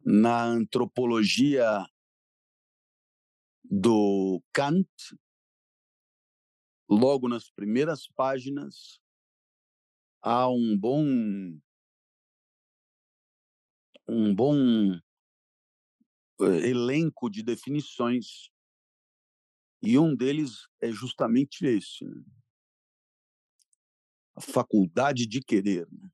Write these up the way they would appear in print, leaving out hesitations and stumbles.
Na antropologia do Kant, logo nas primeiras páginas, há um bom elenco de definições, e um deles é justamente esse, né? A faculdade de querer, né?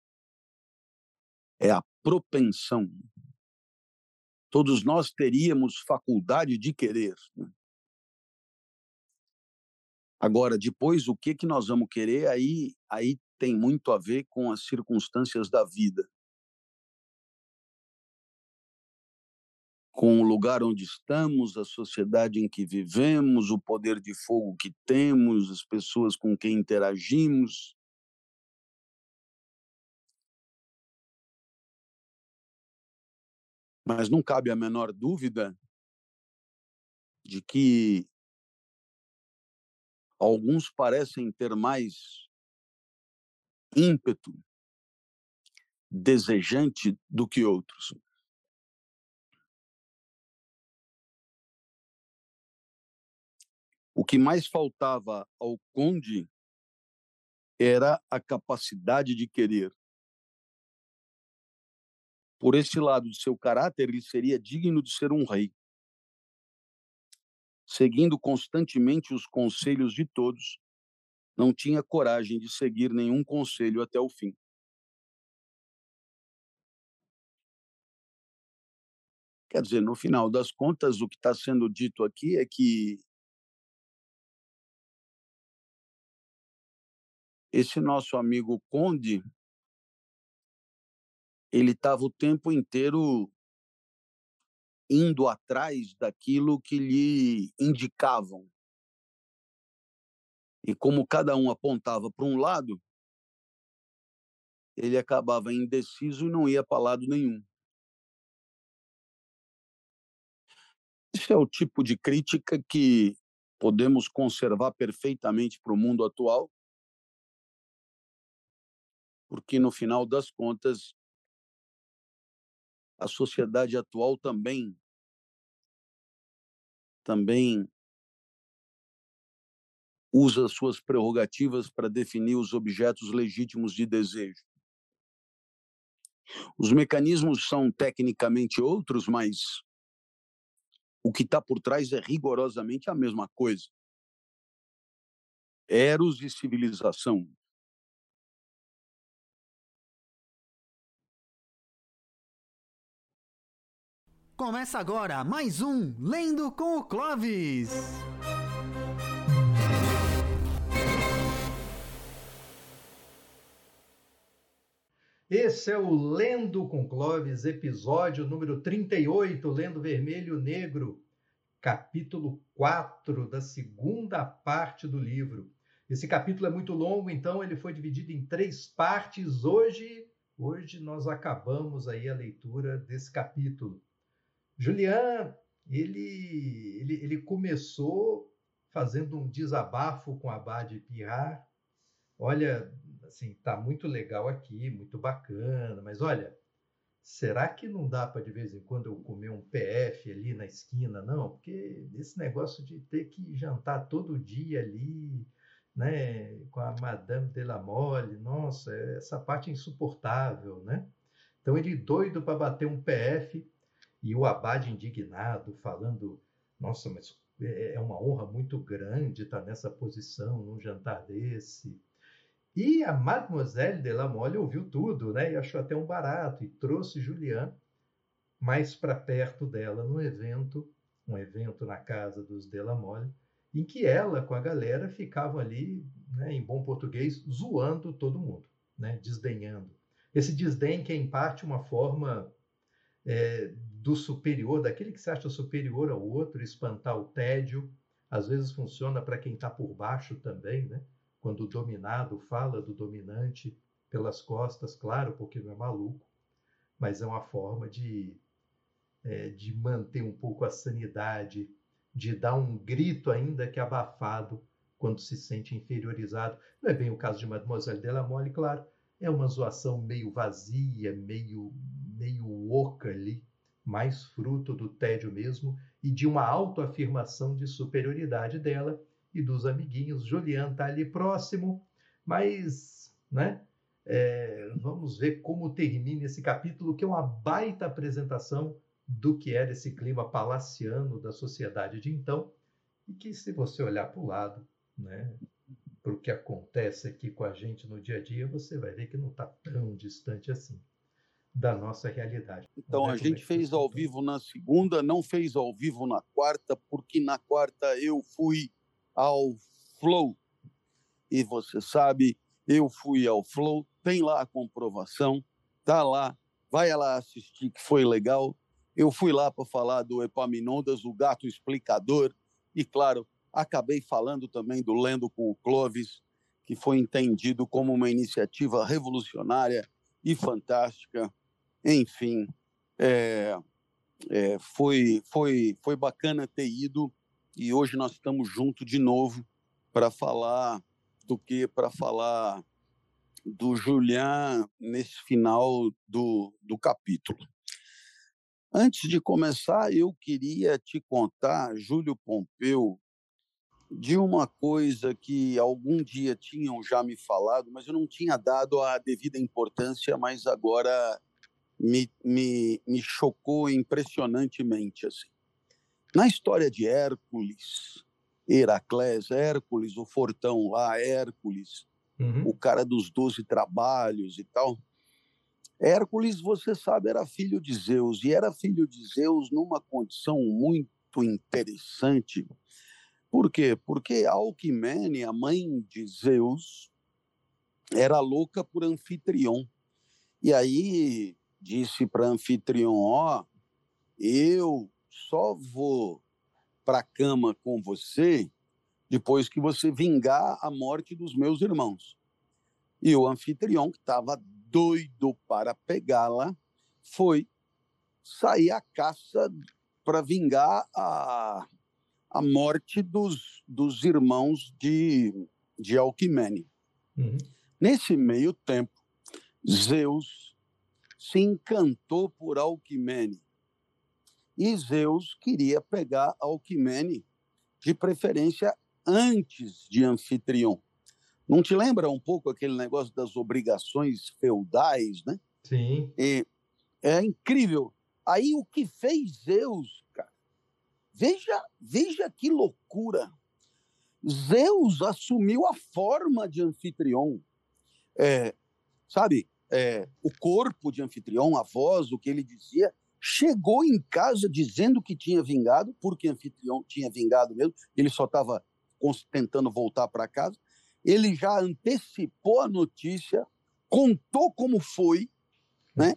É a propensão. Todos nós teríamos faculdade de querer, né? Agora, depois, o que nós vamos querer, aí tem muito a ver com as circunstâncias da vida, com o lugar onde estamos, a sociedade em que vivemos, o poder de fogo que temos, as pessoas com quem interagimos. Mas não cabe a menor dúvida de que alguns parecem ter mais ímpeto desejante do que outros. O que mais faltava ao conde era a capacidade de querer. Por esse lado do seu caráter, ele seria digno de ser um rei, seguindo constantemente os conselhos de todos, não tinha coragem de seguir nenhum conselho até o fim. Quer dizer, no final das contas, o que está sendo dito aqui é que esse nosso amigo conde, ele estava o tempo inteiro indo atrás daquilo que lhe indicavam. E como cada um apontava para um lado, ele acabava indeciso e não ia para lado nenhum. Esse é o tipo de crítica que podemos conservar perfeitamente para o mundo atual, porque no final das contas, a sociedade atual também usa suas prerrogativas para definir os objetos legítimos de desejo. Os mecanismos são tecnicamente outros, mas o que está por trás é rigorosamente a mesma coisa. Eros e civilização. Começa agora mais um Lendo com o Clovis. Esse é o Lendo com Clovis, episódio número 38, Lendo Vermelho e Negro, capítulo 4 da segunda parte do livro. Esse capítulo é muito longo, então ele foi dividido em 3 partes. Hoje nós acabamos aí a leitura desse capítulo. Julian, ele começou fazendo um desabafo com Abade Pirrar. Olha, assim, tá muito legal aqui, muito bacana, mas olha, será que não dá para de vez em quando eu comer um PF ali na esquina, não? Porque esse negócio de ter que jantar todo dia ali, né, com a Madame de la Mole, nossa, essa parte é insuportável, né? Então ele doido para bater um PF e o Abade indignado, falando, nossa, mas é uma honra muito grande estar nessa posição, num jantar desse. E a Mademoiselle de la Mole ouviu tudo, né? E achou até um barato, e trouxe Julian mais para perto dela no evento, um evento na casa dos de la Mole, em que ela, com a galera, ficavam ali, né, em bom português, zoando todo mundo, né? Desdenhando. Esse desdém que é, em parte, uma forma do superior, daquele que se acha superior ao outro, espantar o tédio. Às vezes funciona para quem está por baixo também, né? Quando o dominado fala do dominante pelas costas, claro, porque não é maluco, mas é uma forma de manter um pouco a sanidade, de dar um grito ainda que abafado quando se sente inferiorizado. Não é bem o caso de Mademoiselle de la Mole, claro, é uma zoação meio vazia, meio oca ali, mais fruto do tédio mesmo e de uma autoafirmação de superioridade dela e dos amiguinhos. Julian está ali próximo, mas, né? Vamos ver como termina esse capítulo, que é uma baita apresentação do que era esse clima palaciano da sociedade de então, e que, se você olhar para o lado, né, para o que acontece aqui com a gente no dia a dia, você vai ver que não está tão distante assim da nossa realidade. Então, a gente fez ao vivo na segunda, não fez ao vivo na quarta, porque na quarta eu fui ao Flow. E você sabe, eu fui ao Flow, tem lá a comprovação, tá lá, vai lá assistir, que foi legal. Eu fui lá para falar do Epaminondas, o gato explicador, e, claro, acabei falando também do Lendo com o Clóvis, que foi entendido como uma iniciativa revolucionária e fantástica. Enfim, foi bacana ter ido, e hoje nós estamos juntos de novo para falar do Julian nesse final do capítulo. Antes de começar, eu queria te contar, Júlio Pompeu, de uma coisa que algum dia tinham já me falado, mas eu não tinha dado a devida importância, mas agora me chocou impressionantemente. Assim. Na história de Hércules, Heracles, Hércules, o fortão lá, Hércules, o cara dos 12 trabalhos e tal, Hércules, você sabe, era filho de Zeus, e era filho de Zeus numa condição muito interessante. Por quê? Porque Alquimene, a mãe de Zeus, era louca por Anfitrion. E aí disse para Anfitrion, eu só vou para a cama com você depois que você vingar a morte dos meus irmãos. E o Anfitrion, que estava doido para pegá-la, foi sair à caça para vingar a morte dos irmãos de Alquimene. Nesse meio tempo, Zeus se encantou por Alquimene. E Zeus queria pegar Alquimene, de preferência antes de Anfitrion. Não te lembra um pouco aquele negócio das obrigações feudais, né? Sim. É incrível. Aí o que fez Zeus, cara? Veja que loucura. Zeus assumiu a forma de Anfitrion. Sabe, o corpo de Anfitrion, a voz, o que ele dizia, chegou em casa dizendo que tinha vingado, porque Anfitrion tinha vingado mesmo, ele só estava tentando voltar para casa. Ele já antecipou a notícia, contou como foi, né?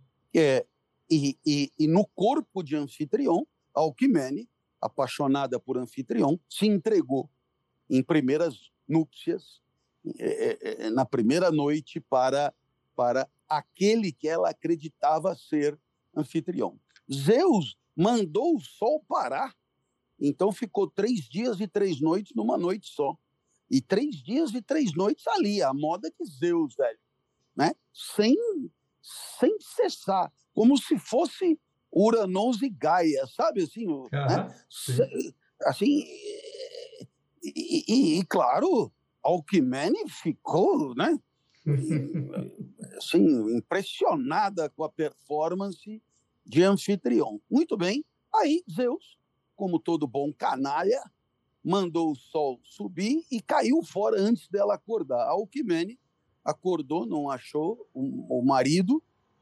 E no corpo de Anfitrion, Alquimene, apaixonada por Anfitrion, se entregou em primeiras núpcias, na primeira noite, para aquele que ela acreditava ser Anfitrion. Zeus mandou o sol parar, então ficou 3 dias e 3 noites numa noite só. E 3 dias e 3 noites ali, a moda de Zeus, velho, né? Sem cessar, como se fosse Uranus e Gaia, sabe assim? Né? Assim, e claro, Alquimene ficou, né? Assim, impressionada com a performance de Anfitrion. Muito bem, aí Zeus, como todo bom canalha, mandou o sol subir e caiu fora antes dela acordar. A Alquimene acordou, não achou o marido,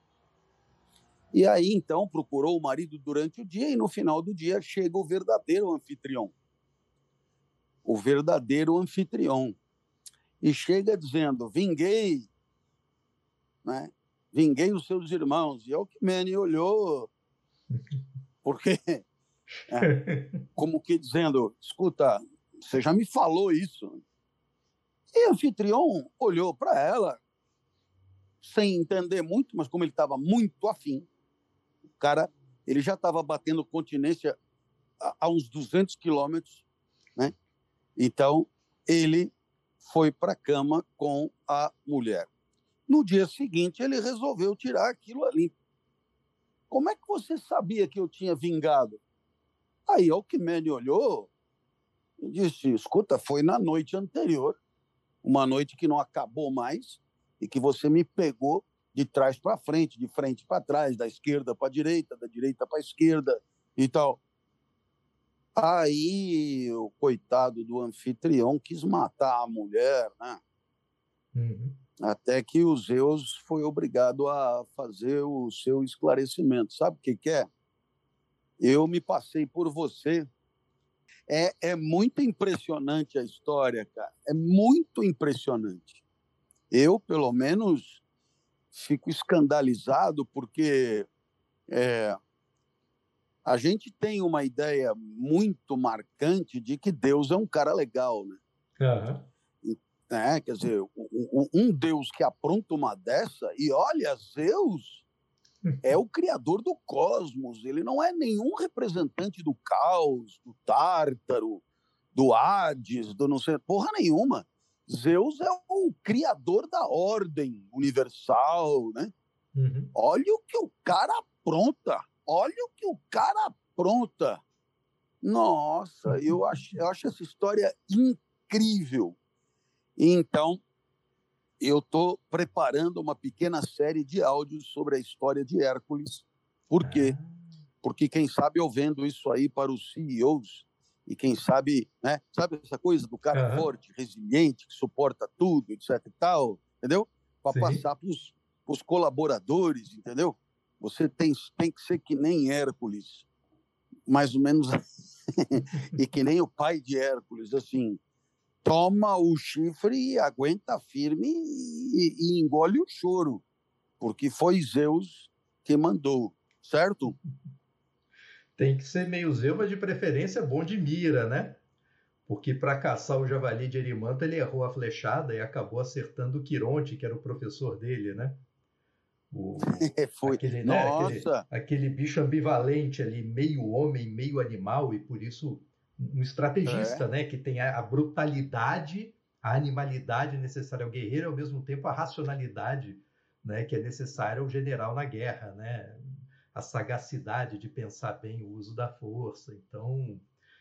e aí então procurou o marido durante o dia, e no final do dia chega o verdadeiro anfitrion. O verdadeiro anfitrion. E chega dizendo, vinguei, né? Vinguei os seus irmãos. E Alquimene olhou, porque, como que dizendo, escuta, você já me falou isso. E Anfitrion olhou para ela, sem entender muito, mas como ele estava muito afim, o cara, ele já estava batendo continência a uns 200 quilômetros, né? Então, ele foi para a cama com a mulher. No dia seguinte, ele resolveu tirar aquilo ali. como é que você sabia que eu tinha vingado? Aí Alcmene olhou e disse, escuta, foi na noite anterior, uma noite que não acabou mais e que você me pegou de trás para frente, de frente para trás, da esquerda para a direita, da direita para a esquerda e tal. Aí o coitado do anfitrião quis matar a mulher, né? Uhum. Até que o Zeus foi obrigado a fazer o seu esclarecimento. Sabe o que que é? Eu me passei por você. É muito impressionante a história, cara. É muito impressionante. Eu, pelo menos, fico escandalizado porque a gente tem uma ideia muito marcante de que Deus é um cara legal, né? Uhum. Quer dizer, um Deus que apronta uma dessa, e olha, Zeus é o criador do cosmos, ele não é nenhum representante do caos, do Tártaro, do Hades, do não sei, porra nenhuma. Zeus é o criador da ordem universal, né? Uhum. Olha o que o cara apronta, olha o que o cara apronta. Nossa, eu acho essa história incrível. Então, eu estou preparando uma pequena série de áudios sobre a história de Hércules. Por quê? Ah, Porque quem sabe eu vendo isso aí para os CEOs e quem sabe, né? Sabe essa coisa do cara aham. forte, resiliente, que suporta tudo, etc e tal, entendeu? Para Sim. passar para os colaboradores, entendeu? Você tem que ser que nem Hércules, mais ou menos, e que nem o pai de Hércules, assim, toma o chifre e aguenta firme e engole o choro, porque foi Zeus que mandou, certo? Tem que ser meio Zeu, mas de preferência bom de mira, né? Porque para caçar o javali de Erimanto, ele errou a flechada e acabou acertando o Quironte, que era o professor dele, né? Foi, Né? nossa, Aquele bicho ambivalente ali, meio homem, meio animal, e por isso um é, estrategista, né? Que tem a brutalidade, a animalidade necessária ao guerreiro, e ao mesmo tempo a racionalidade, né? Que é necessária ao general na guerra, né? A sagacidade de pensar bem o uso da força. Então,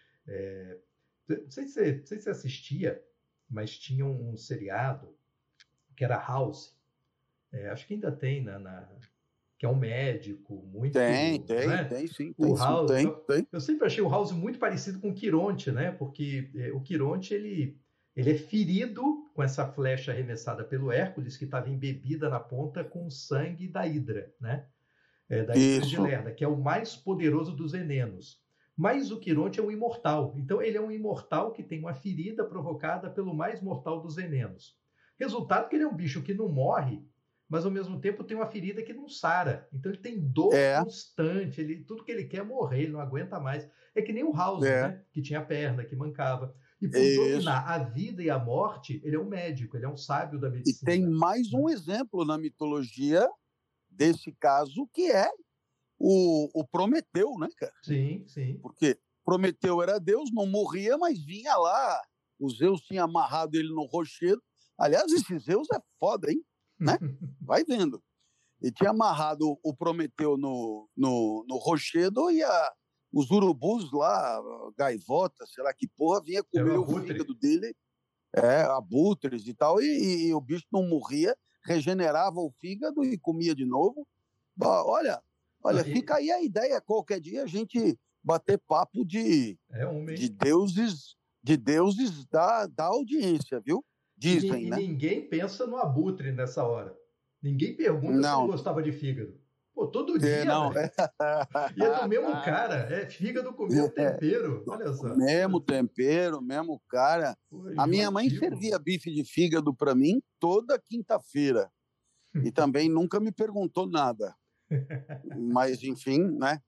não sei se você assistia, mas tinha um seriado que era House. Acho que ainda tem que é um médico muito, né? tem sim, O tem sim, House, tem. eu sempre achei o House muito parecido com o Quironte, né? Porque o Quironte ele é ferido com essa flecha arremessada pelo Hércules que estava embebida na ponta com o sangue da Hidra, né? Da Hidra de Isso, Lerna, que é o mais poderoso dos venenos. Mas o Quironte é um imortal. Então ele é um imortal que tem uma ferida provocada pelo mais mortal dos venenos. Resultado que ele é um bicho que não morre, mas ao mesmo tempo tem uma ferida que não sara. Então ele tem dor é, constante, tudo que ele quer é morrer, ele não aguenta mais. É que nem o House, é, né? Que tinha perna, que mancava. E por isso. dominar a vida e a morte, ele é um médico, ele é um sábio da E tem medicina. mais Né? um exemplo na mitologia desse caso, que é o Prometeu, né, cara? Sim, sim. Porque Prometeu era Deus, não morria, mas vinha lá. O Zeus tinha amarrado ele no rochedo. Aliás, esse Zeus é foda, hein? Né? Vai vendo. Ele tinha amarrado o Prometeu no rochedo e os urubus lá, gaivota, sei lá que porra, vinha Era o comer o abutre. fígado dele, abutres e tal, e o bicho não morria, regenerava o fígado e comia de novo. Olha, Não, olha, fica aí a ideia, qualquer dia a gente bater papo é de homem. deuses, de deuses da audiência, viu? Dizem, E né? ninguém pensa no abutre nessa hora. Ninguém pergunta se ele Não, gostava de fígado. Pô, todo é, dia, não, velho. E é do mesmo cara. É fígado com o mesmo tempero. Olha só. mesmo tempero, mesmo cara. Pô, A minha mãe enjoativo. servia bife de fígado para mim toda quinta-feira e também nunca me perguntou nada. Mas enfim, né?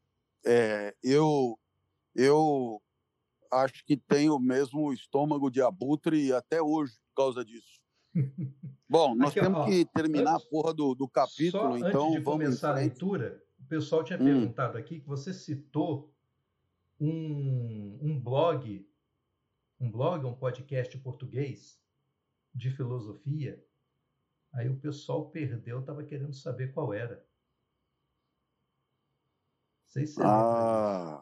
Eu acho que tenho mesmo estômago de abutre até hoje por causa disso. Bom, nós Aqui, temos ó. que terminar a Antes, porra do capítulo, só antes então de vamos em começar a frente. leitura, o pessoal tinha Hum, perguntado aqui que você citou um blog, um podcast português de filosofia. Aí o pessoal perdeu, estava querendo saber qual era. sei se você lembra disso. Ah,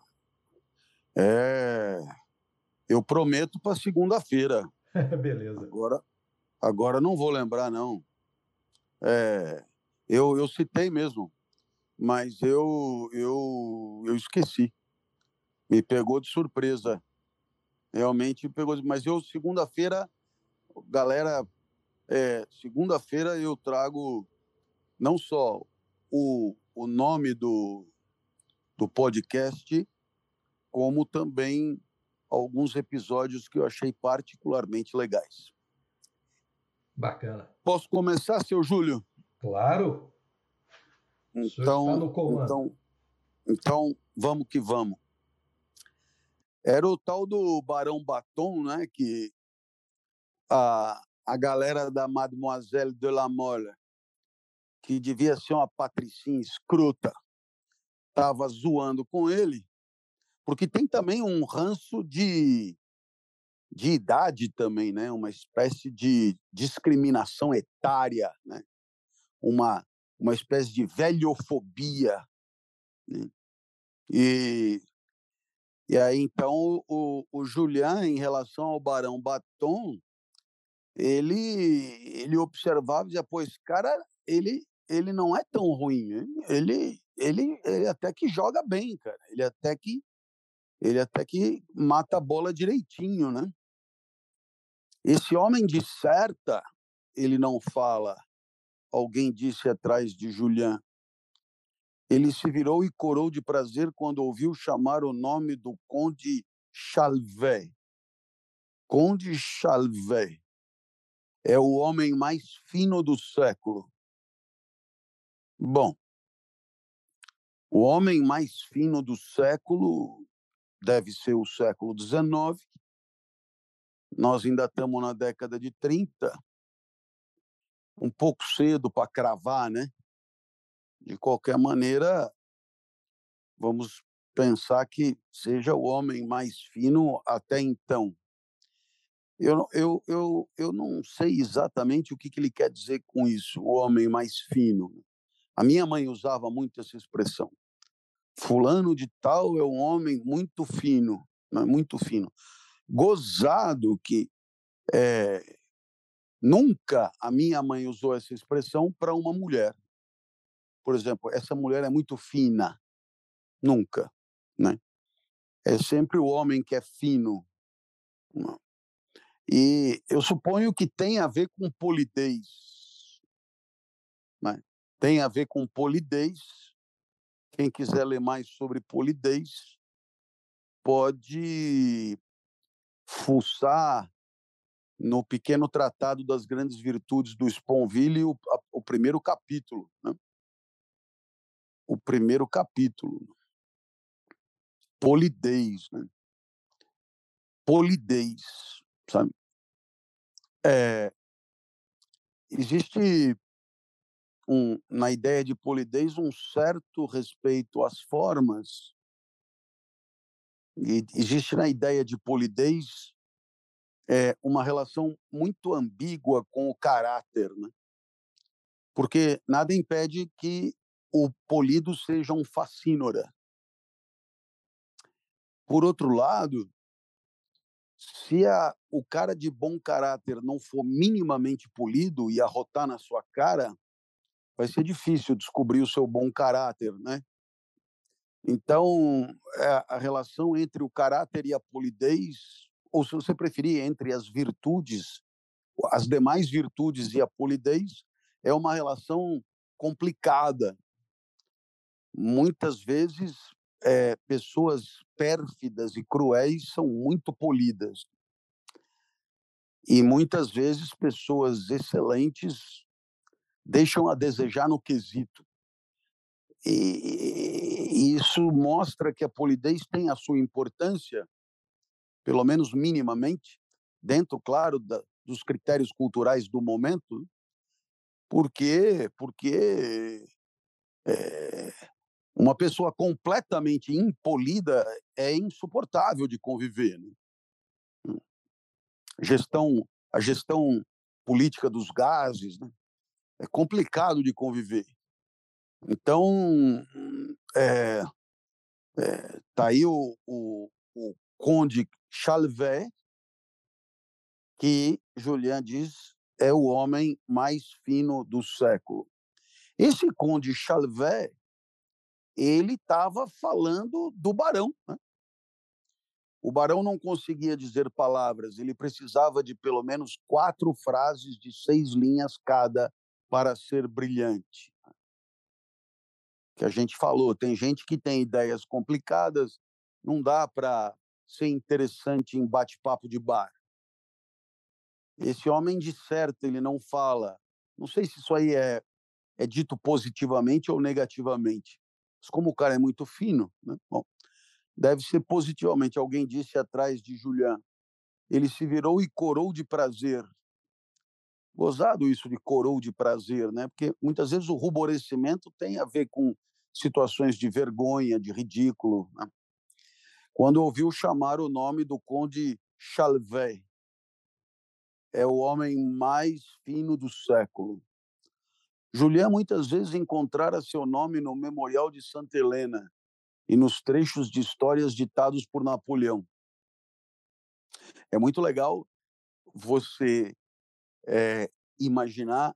é. Eu prometo para segunda-feira. Beleza. Agora não vou lembrar, não. Eu citei mesmo, mas eu esqueci. Me pegou de surpresa. Realmente me pegou. Mas eu, segunda-feira, galera, segunda-feira eu trago não só o nome do podcast, como também alguns episódios que eu achei particularmente legais. Bacana. Posso começar, seu Júlio? Claro. O senhor está no comando. Então, vamos que vamos. Era o tal do Barão Baton, né, que a galera da Mademoiselle de la Mole, que devia ser uma patricinha escrota, estava zoando com ele, porque tem também um ranço de idade também, né? Uma espécie de discriminação etária, né? Uma espécie de velhofobia, né? E, e aí, então, o Julian, em relação ao Barão Baton, ele observava e dizia, pô, esse cara, ele não é tão ruim, hein? Ele até que joga bem, cara. Ele até que mata a bola direitinho, né? Esse homem disserta, ele não fala. Alguém disse atrás de Julian. Ele se virou e corou de prazer quando ouviu chamar o nome do Conde Chalvet. Conde Chalvet é o homem mais fino do século. Bom, o homem mais fino do século deve ser o século XIX. Nós ainda estamos na década de 30, um pouco cedo para cravar, né? De qualquer maneira, vamos pensar que seja o homem mais fino até então. Eu não sei exatamente o que ele quer dizer com isso, o homem mais fino. A minha mãe usava muito essa expressão. Fulano de tal é um homem muito fino, né? Muito fino. Gozado que nunca a minha mãe usou essa expressão para uma mulher. Por exemplo, essa mulher é muito fina. Nunca, né? É sempre o homem que é fino. E eu suponho que tem a ver com polidez, né? Tem a ver com polidez. Quem quiser ler mais sobre polidez pode fuçar no pequeno tratado das grandes virtudes do Sponville, o primeiro capítulo, né? O primeiro capítulo. Polidez, né? Polidez, sabe? Existe na ideia de polidez um certo respeito às formas, e existe na ideia de polidez uma relação muito ambígua com o caráter, né? Porque nada impede que o polido seja um facínora. Por outro lado, se o cara de bom caráter não for minimamente polido e arrotar na sua cara, vai ser difícil descobrir o seu bom caráter, né? Então, a relação entre o caráter e a polidez, ou se você preferir, entre as virtudes, as demais virtudes e a polidez, é uma relação complicada. Muitas vezes, pessoas pérfidas e cruéis são muito polidas. E muitas vezes, pessoas excelentes deixam a desejar no quesito. E isso mostra que a polidez tem a sua importância, pelo menos minimamente, dentro, claro, dos critérios culturais do momento, porque uma pessoa completamente impolida é insuportável de conviver, né? A gestão política dos gases, né? É complicado de conviver. Então, Tá aí o conde Chalvet, que Julian diz é o homem mais fino do século. Esse conde Chalvet, ele estava falando do barão, né? O barão não conseguia dizer palavras, ele precisava de pelo menos 4 frases de 6 linhas cada para ser brilhante. Que a gente falou, tem gente que tem ideias complicadas, não dá para ser interessante em bate-papo de bar. Esse homem disserta, ele não fala. Não sei se isso aí é dito positivamente ou negativamente. Mas como o cara é muito fino, né? Bom, deve ser positivamente. Alguém disse atrás de Julian, ele se virou e corou de prazer. Gozado isso de corou de prazer, né? Porque muitas vezes o ruborecimento tem a ver com situações de vergonha, de ridículo, né? Quando ouviu chamar o nome do conde Chalvet, é o homem mais fino do século. Julian muitas vezes encontrara seu nome no Memorial de Santa Helena e nos trechos de histórias ditados por Napoleão. É muito legal você imaginar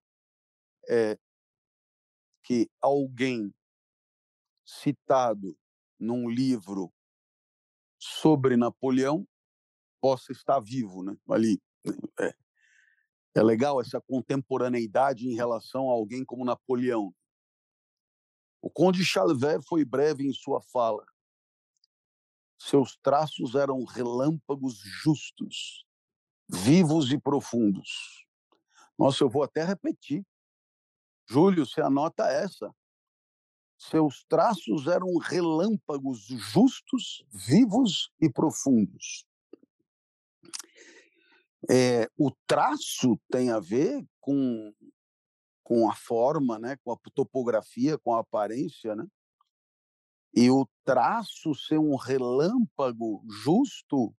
que alguém citado num livro sobre Napoleão possa estar vivo, né? Ali. É, é legal essa contemporaneidade em relação a alguém como Napoleão. O conde Chalvet foi breve em sua fala. Seus traços eram relâmpagos justos, vivos e profundos. Nossa, eu vou até repetir. Júlio, você anota essa. Seus traços eram relâmpagos justos, vivos e profundos. O traço tem a ver com a forma, né? Com a topografia, com a aparência, né? E o traço ser um relâmpago justo,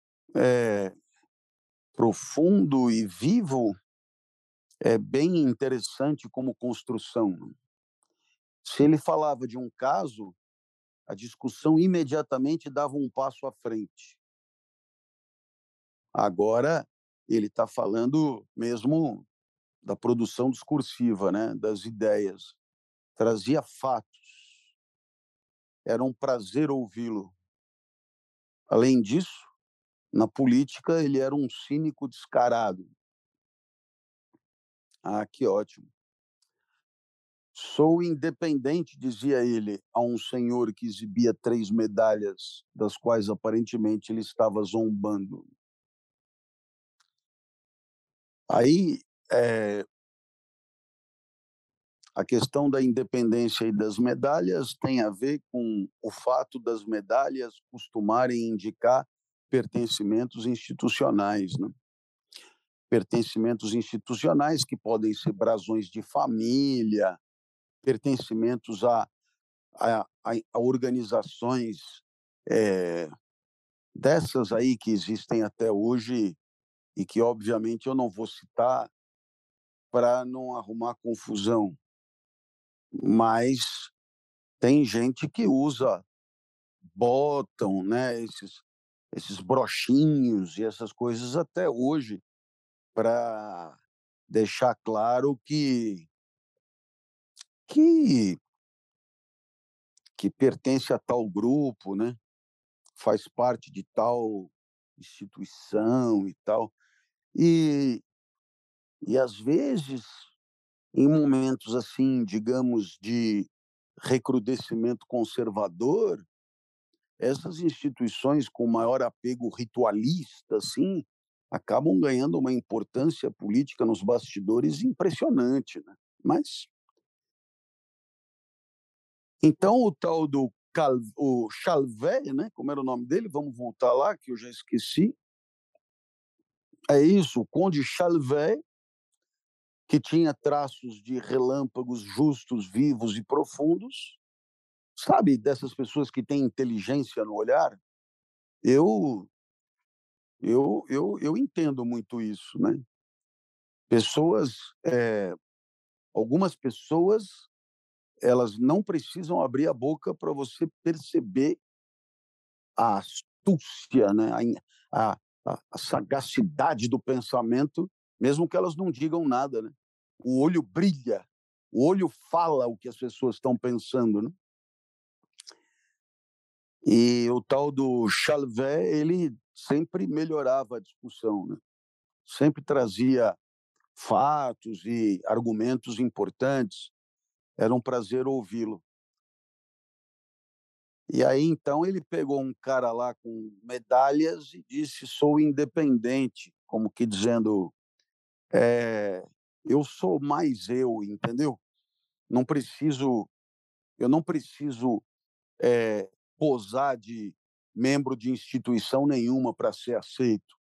profundo e vivo é bem interessante como construção. Se ele falava de um caso, a discussão imediatamente dava um passo à frente. Agora, ele está falando mesmo da produção discursiva, né? Das ideias. Trazia fatos. Era um prazer ouvi-lo. Além disso, na política, ele era um cínico descarado. Ah, que ótimo. Sou independente, dizia ele a um senhor que exibia 3 medalhas, das quais aparentemente ele estava zombando. Aí, a questão da independência e das medalhas tem a ver com o fato das medalhas costumarem indicar pertencimentos institucionais, né? Pertencimentos institucionais que podem ser brasões de família, pertencimentos a organizações dessas aí que existem até hoje e que, obviamente, eu não vou citar para não arrumar confusão, mas tem gente que usa, botam, né, esses brochinhos e essas coisas até hoje para deixar claro que, que pertence a tal grupo, né? Faz parte de tal instituição e tal. E, e às vezes, em momentos assim, digamos, de recrudescimento conservador, essas instituições com maior apego ritualista, assim, acabam ganhando uma importância política nos bastidores impressionante, né? Mas então o tal do o Chalvet, né? Como era o nome dele? Vamos voltar lá, que eu já esqueci. É isso, o Conde Chalvet, que tinha traços de relâmpagos justos, vivos e profundos. Sabe, dessas pessoas que têm inteligência no olhar? Eu eu entendo muito isso, né? Pessoas, algumas pessoas, elas não precisam abrir a boca para você perceber a astúcia, né? A sagacidade do pensamento, mesmo que elas não digam nada, né? O olho brilha, o olho fala o que as pessoas estão pensando, né? E o tal do Chalvet, ele sempre melhorava a discussão, né? Sempre trazia fatos e argumentos importantes. Era um prazer ouvi-lo. E aí, então, ele pegou um cara lá com medalhas e disse: sou independente, como que dizendo, eu sou mais eu, entendeu? Não preciso, eu não preciso posar de membro de instituição nenhuma para ser aceito,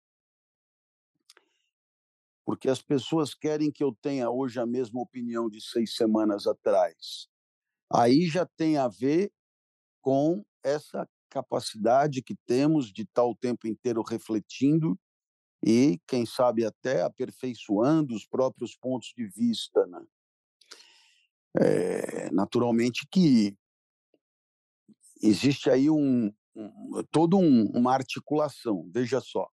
porque as pessoas querem que eu tenha hoje a mesma opinião de 6 semanas atrás. Aí já tem a ver com essa capacidade que temos de estar o tempo inteiro refletindo e, quem sabe, até aperfeiçoando os próprios pontos de vista, né? Naturalmente que existe aí uma articulação. Veja só,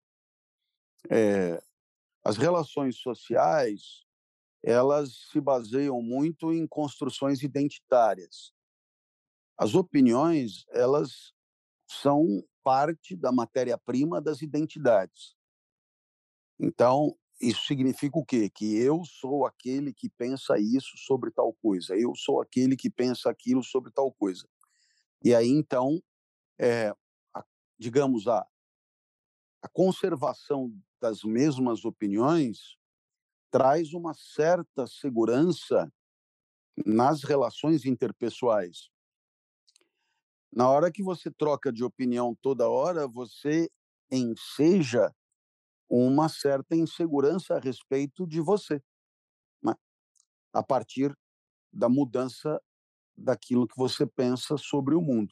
as relações sociais, elas se baseiam muito em construções identitárias. As opiniões, elas são parte da matéria-prima das identidades. Então, isso significa o quê? Que eu sou aquele que pensa isso sobre tal coisa, eu sou aquele que pensa aquilo sobre tal coisa. E aí, então, é, a, digamos, a conservação das mesmas opiniões traz uma certa segurança nas relações interpessoais. Na hora que você troca de opinião toda hora, você enseja uma certa insegurança a respeito de você, né? A partir da mudança daquilo que você pensa sobre o mundo.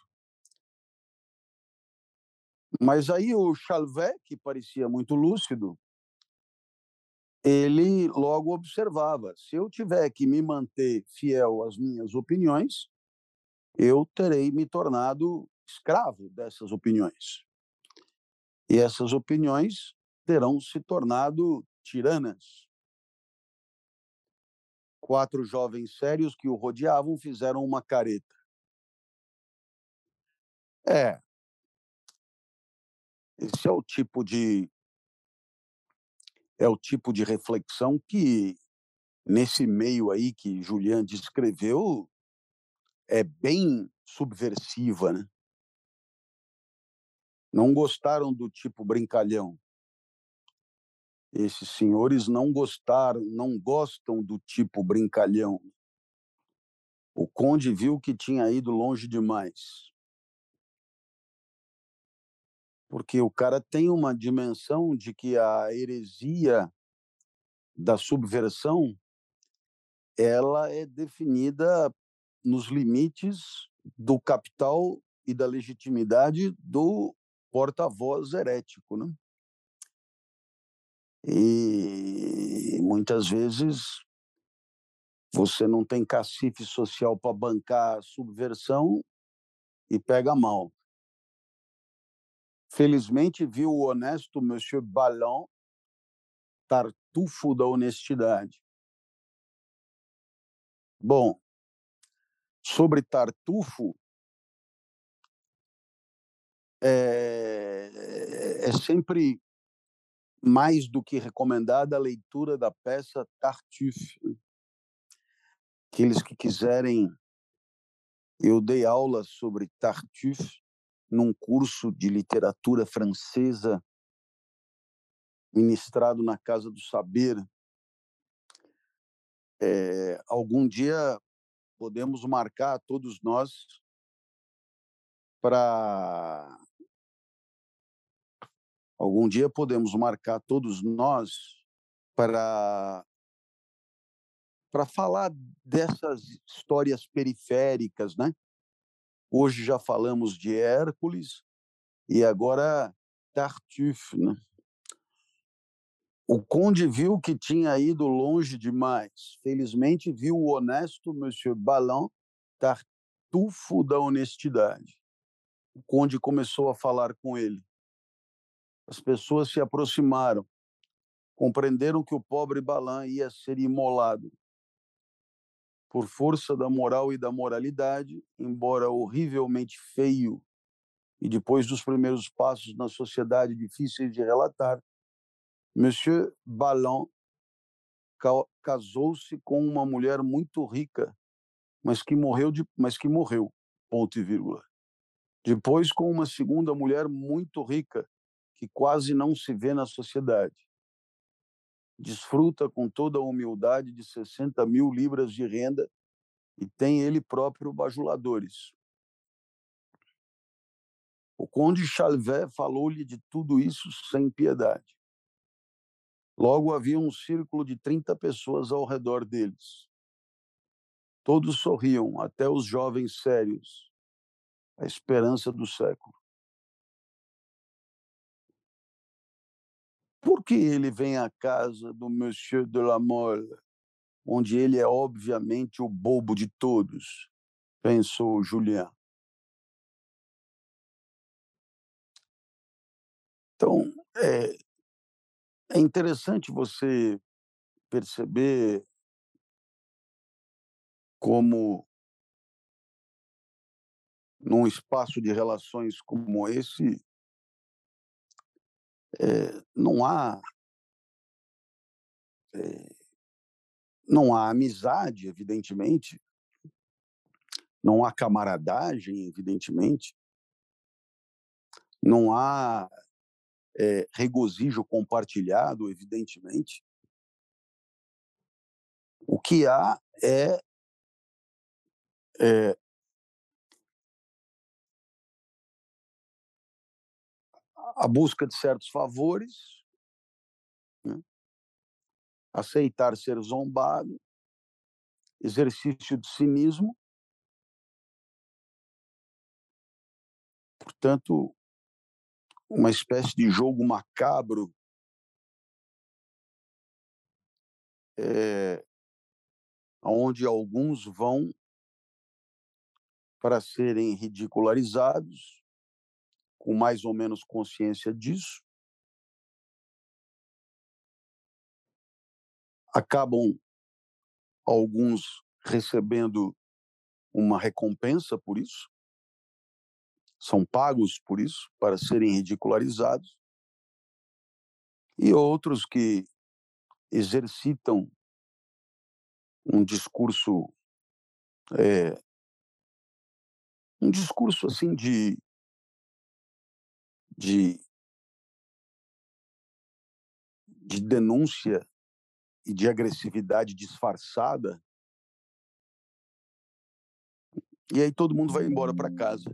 Mas aí o Chalvet, que parecia muito lúcido, ele logo observava: se eu tiver que me manter fiel às minhas opiniões, eu terei me tornado escravo dessas opiniões. E essas opiniões terão se tornado tiranas. 4 jovens sérios que o rodeavam fizeram uma careta. É, esse é o tipo de reflexão que, nesse meio aí que Julian descreveu, é bem subversiva, né? Não gostaram do tipo brincalhão. Esses senhores não gostaram, não gostam do tipo brincalhão. O conde viu que tinha ido longe demais. Porque o cara tem uma dimensão de que a heresia da subversão, ela é definida nos limites do capital e da legitimidade do porta-voz herético, né? E muitas vezes você não tem cacife social para bancar a subversão e pega mal. Felizmente viu o honesto Monsieur Ballon, tartufo da honestidade. Bom, sobre Tartufo, é sempre mais do que recomendada a leitura da peça Tartuffe. Aqueles que quiserem, eu dei aula sobre Tartuffe num curso de literatura francesa ministrado na Casa do Saber. Algum dia podemos marcar todos nós para algum dia podemos marcar todos nós para falar dessas histórias periféricas, né? Hoje já falamos de Hércules e agora Tartuffe, né? O conde viu que tinha ido longe demais. Felizmente viu o honesto Monsieur Ballon, tartufo da honestidade. O conde começou a falar com ele. As pessoas se aproximaram, compreenderam que o pobre Balaam ia ser imolado. Por força da moral e da moralidade, embora horrivelmente feio e depois dos primeiros passos na sociedade difíceis de relatar, Monsieur Balaam casou-se com uma mulher muito rica, mas que morreu, ponto e vírgula. Depois com uma segunda mulher muito rica, que quase não se vê na sociedade. Desfruta com toda a humildade de 60 mil libras de renda e tem ele próprio bajuladores. O conde Chalvet falou-lhe de tudo isso sem piedade. Logo havia um círculo de 30 pessoas ao redor deles. Todos sorriam, até os jovens sérios, a esperança do século. Por que ele vem à casa do Monsieur de la Mole, onde ele é obviamente o bobo de todos? Pensou Julien. Então, é interessante você perceber como, num espaço de relações como esse, não há não há amizade, evidentemente, não há camaradagem, evidentemente, não há regozijo compartilhado, evidentemente. O que há é a busca de certos favores, né? Aceitar ser zombado, exercício de cinismo, portanto, uma espécie de jogo macabro onde alguns vão para serem ridicularizados, com mais ou menos consciência disso, acabam alguns recebendo uma recompensa por isso, são pagos por isso, para serem ridicularizados, e outros que exercitam um discurso, é, um discurso assim de, de denúncia e de agressividade disfarçada, e aí todo mundo vai embora para casa.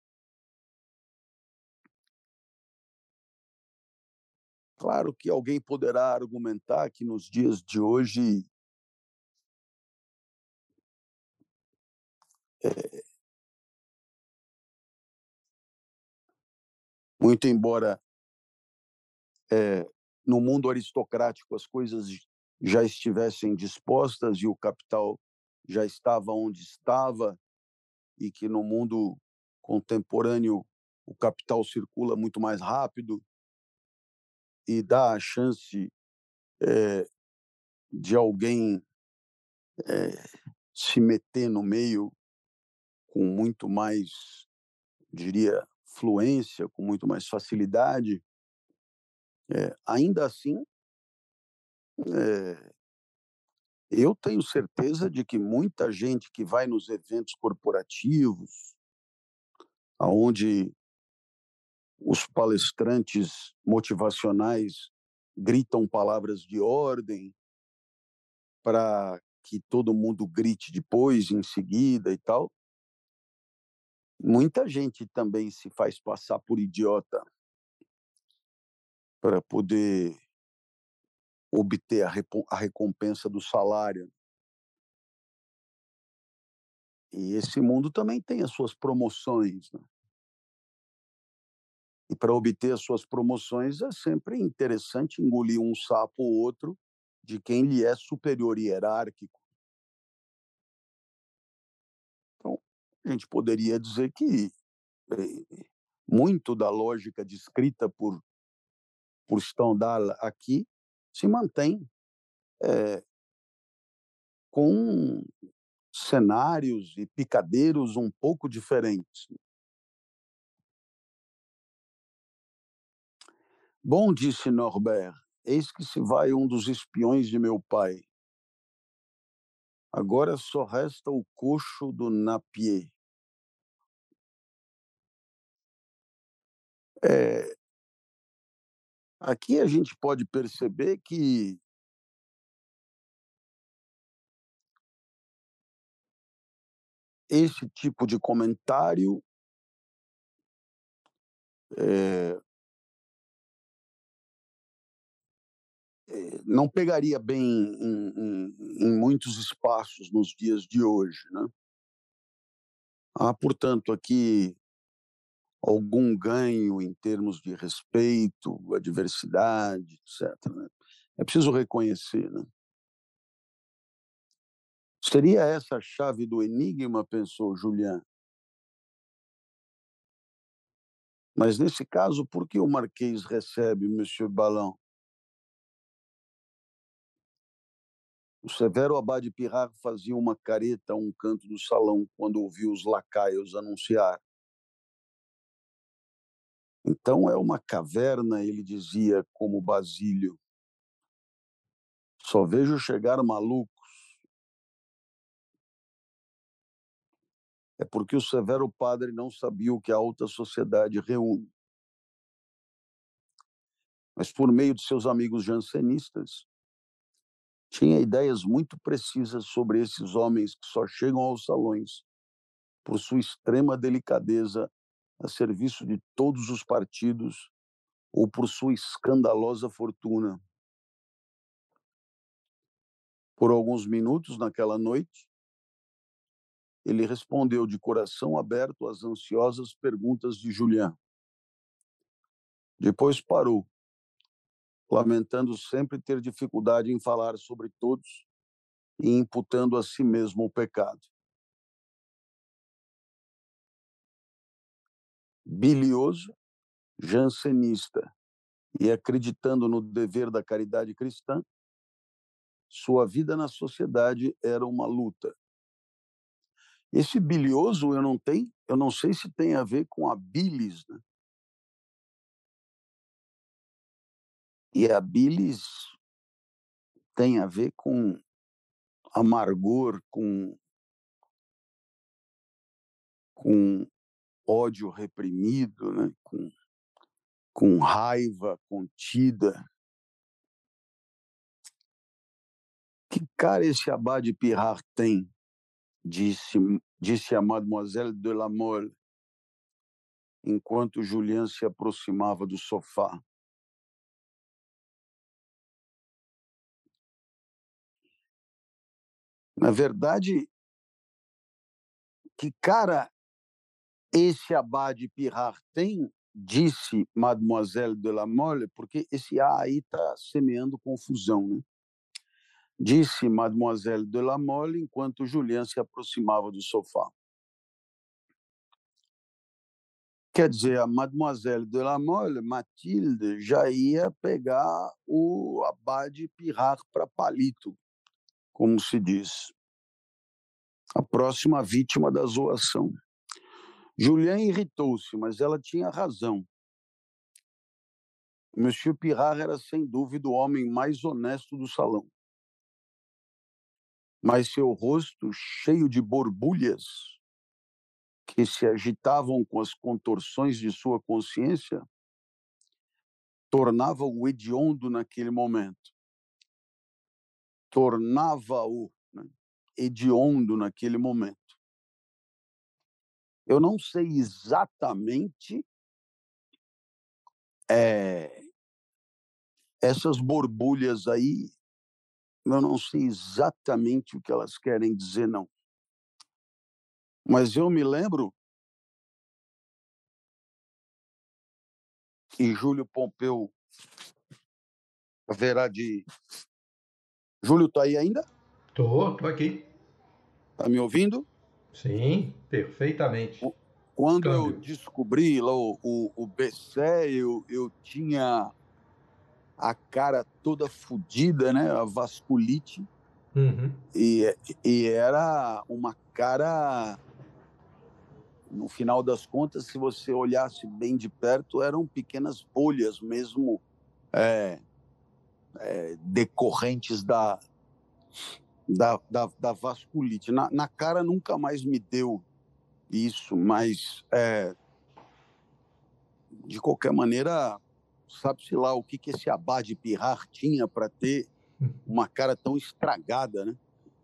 Claro que alguém poderá argumentar que nos dias de hoje muito embora no mundo aristocrático as coisas já estivessem dispostas e o capital já estava onde estava, e que no mundo contemporâneo o capital circula muito mais rápido e dá a chance de alguém se meter no meio com muito mais, diria, fluência, com muito mais facilidade. Ainda assim, eu tenho certeza de que muita gente que vai nos eventos corporativos, aonde os palestrantes motivacionais gritam palavras de ordem para que todo mundo grite depois, em seguida e tal, muita gente também se faz passar por idiota para poder obter a recompensa do salário. E esse mundo também tem as suas promoções, né? E para obter as suas promoções é sempre interessante engolir um sapo ou outro de quem lhe é superior e hierárquico. Então, a gente poderia dizer que muito da lógica descrita por Stendhal aqui se mantém com cenários e picadeiros um pouco diferentes. Bom, disse Norbert, eis que se vai um dos espiões de meu pai. Agora só resta o coxo do Napier. Aqui a gente pode perceber que esse tipo de comentário não pegaria bem em muitos espaços nos dias de hoje, né? Há, portanto, aqui algum ganho em termos de respeito, a diversidade, etc. Né? É preciso reconhecer, né? Seria essa a chave do enigma, pensou Julian. Mas, nesse caso, por que o Marquês recebe Monsieur Ballon? O severo abade Pirard fazia uma careta a um canto do salão quando ouviu os lacaios anunciar. Então é uma caverna, ele dizia, como Basílio. Só vejo chegar malucos. É porque o severo padre não sabia o que a alta sociedade reúne. Mas por meio de seus amigos jansenistas, tinha ideias muito precisas sobre esses homens que só chegam aos salões por sua extrema delicadeza a serviço de todos os partidos ou por sua escandalosa fortuna. Por alguns minutos naquela noite, ele respondeu de coração aberto às ansiosas perguntas de Julian. Depois parou, lamentando sempre ter dificuldade em falar sobre todos e imputando a si mesmo o pecado. Bilioso, jansenista e acreditando no dever da caridade cristã, sua vida na sociedade era uma luta. Esse bilioso eu não sei se tem a ver com a bilis, né? E a bilis tem a ver com amargor, com ódio reprimido, né? Com raiva contida. Que cara esse abade Pirard tem? Disse a Mademoiselle de la Mole, enquanto Julien se aproximava do sofá. Na verdade, que cara esse abade Pirard tem, disse Mademoiselle de la Mole, porque esse A aí está semeando confusão, né? Disse Mademoiselle de la Mole enquanto Julien se aproximava do sofá. Quer dizer, a Mademoiselle de la Mole, Mathilde, já ia pegar o abade Pirard para palito, como se diz. A próxima vítima da zoação. Julien irritou-se, mas ela tinha razão. Monsieur Pirard era, sem dúvida, o homem mais honesto do salão. Mas seu rosto, cheio de borbulhas que se agitavam com as contorções de sua consciência, tornava-o hediondo naquele momento. Tornava-o, né, hediondo naquele momento. Eu não sei exatamente essas borbulhas aí, eu não sei exatamente o que elas querem dizer, não. Mas eu me lembro que Júlio Pompeu haverá de... Júlio, está aí ainda? Tô aqui. Está me ouvindo? Sim, perfeitamente. Quando eu Câmbio. descobri lá o Bessé, eu tinha a cara toda fodida, né? A vasculite, Uhum. e era uma cara, no final das contas, se você olhasse bem de perto, eram pequenas bolhas mesmo, decorrentes da vasculite. Na cara nunca mais me deu isso, mas, de qualquer maneira, sabe-se lá o que esse Abade Pirrar tinha para ter uma cara tão estragada, né?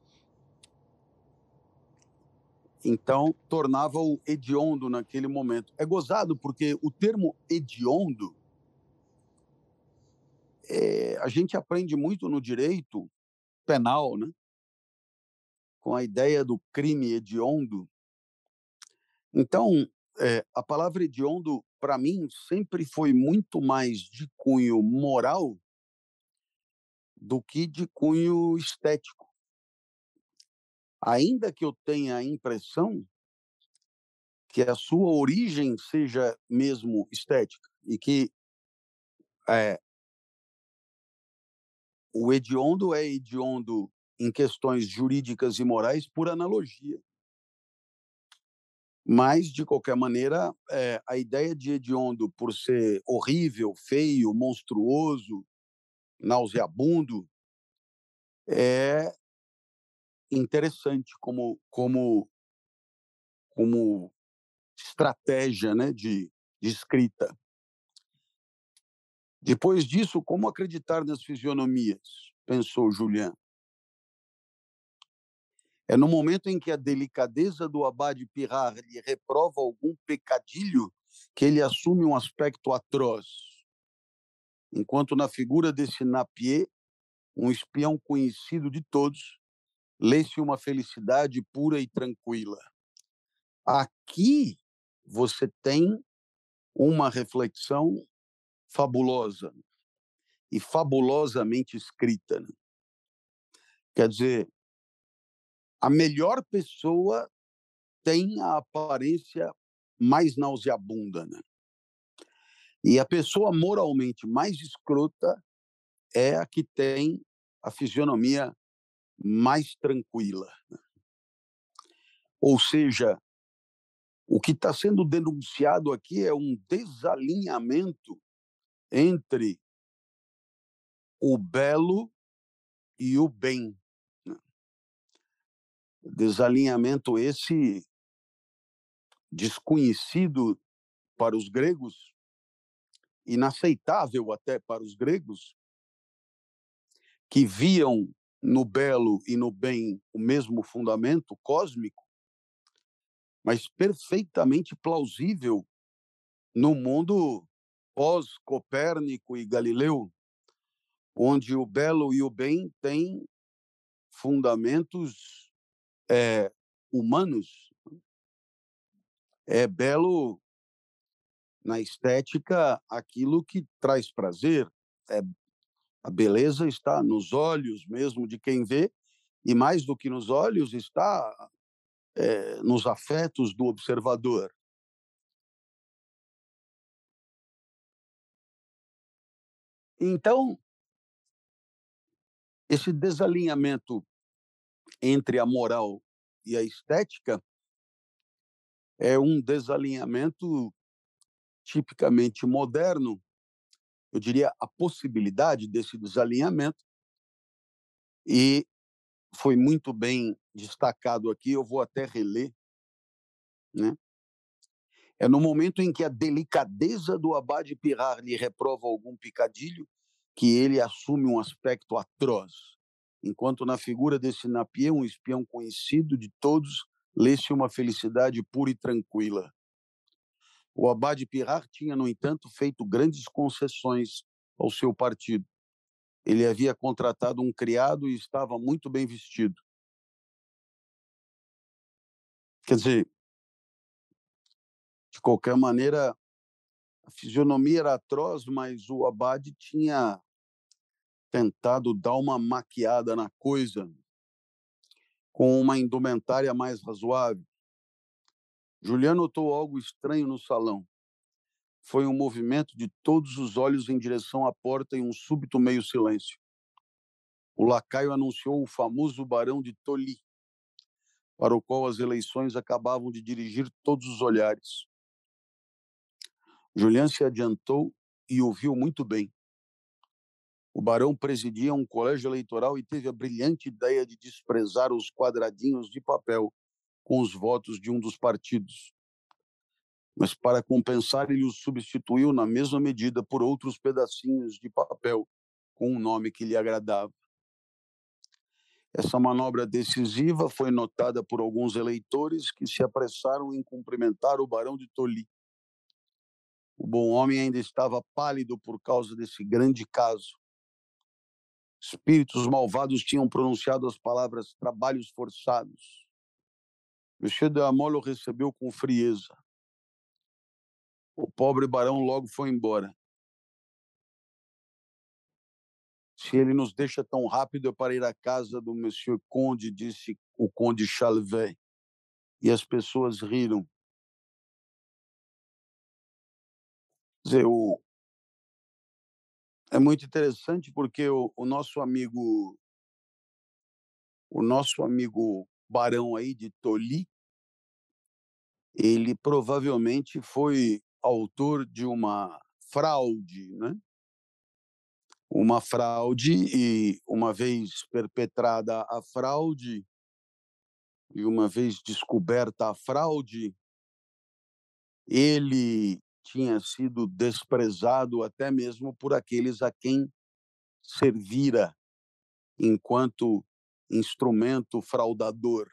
Então, tornava-o hediondo naquele momento. É gozado porque o termo hediondo, a gente aprende muito no direito penal, né? Com a ideia do crime hediondo. Então, a palavra hediondo, para mim, sempre foi muito mais de cunho moral do que de cunho estético. Ainda que eu tenha a impressão que a sua origem seja mesmo estética e que é, o hediondo é hediondo em questões jurídicas e morais por analogia. Mas, de qualquer maneira, a ideia de hediondo por ser horrível, feio, monstruoso, nauseabundo, é interessante como estratégia, né, de escrita. Depois disso, como acreditar nas fisionomias? Pensou Julian. É no momento em que a delicadeza do Abade Pirrar lhe reprova algum pecadilho que ele assume um aspecto atroz, enquanto na figura desse Napier, um espião conhecido de todos, lê-se uma felicidade pura e tranquila. Aqui você tem uma reflexão fabulosa e fabulosamente escrita, né? Quer dizer, a melhor pessoa tem a aparência mais nauseabunda, né? E a pessoa moralmente mais escrota é a que tem a fisionomia mais tranquila. Ou seja, o que está sendo denunciado aqui é um desalinhamento entre o belo e o bem. Desalinhamento esse desconhecido para os gregos, inaceitável até para os gregos, que viam no belo e no bem o mesmo fundamento cósmico, mas perfeitamente plausível no mundo pós-Copérnico e Galileu, onde o belo e o bem têm fundamentos humanos. É belo na estética aquilo que traz prazer. É, a beleza está nos olhos mesmo de quem vê, e mais do que nos olhos, está nos afetos do observador. Então, esse desalinhamento entre a moral e a estética é um desalinhamento tipicamente moderno. Eu diria a possibilidade desse desalinhamento, e foi muito bem destacado aqui, eu vou até reler, né? É no momento em que a delicadeza do Abade Pirrar lhe reprova algum picadilho que ele assume um aspecto atroz, enquanto na figura desse Napier, um espião conhecido de todos, lê-se uma felicidade pura e tranquila. O Abade Pirrar tinha, no entanto, feito grandes concessões ao seu partido. Ele havia contratado um criado e estava muito bem vestido. Quer dizer, de qualquer maneira, a fisionomia era atroz, mas o Abade tinha tentado dar uma maquiada na coisa com uma indumentária mais razoável. Julian notou algo estranho no salão. Foi um movimento de todos os olhos em direção à porta e um súbito meio silêncio. O lacaio anunciou o famoso barão de Tolly, para o qual as eleições acabavam de dirigir todos os olhares. Julian se adiantou e ouviu muito bem. O barão presidia um colégio eleitoral e teve a brilhante ideia de desprezar os quadradinhos de papel com os votos de um dos partidos. Mas, para compensar, ele os substituiu na mesma medida por outros pedacinhos de papel com um nome que lhe agradava. Essa manobra decisiva foi notada por alguns eleitores que se apressaram em cumprimentar o barão de Tolly. O bom homem ainda estava pálido por causa desse grande caso. Espíritos malvados tinham pronunciado as palavras trabalhos forçados. Monsieur de Amol o recebeu com frieza. O pobre barão logo foi embora. Se ele nos deixa tão rápido é para ir à casa do Monsieur Conde, disse o Conde Chalvet. E as pessoas riram. Quer dizer, é muito interessante porque o nosso amigo barão aí de Tolly, ele provavelmente foi autor de uma fraude, né? Uma fraude, e uma vez perpetrada a fraude, e uma vez descoberta a fraude, ele tinha sido desprezado até mesmo por aqueles a quem servira enquanto instrumento fraudador.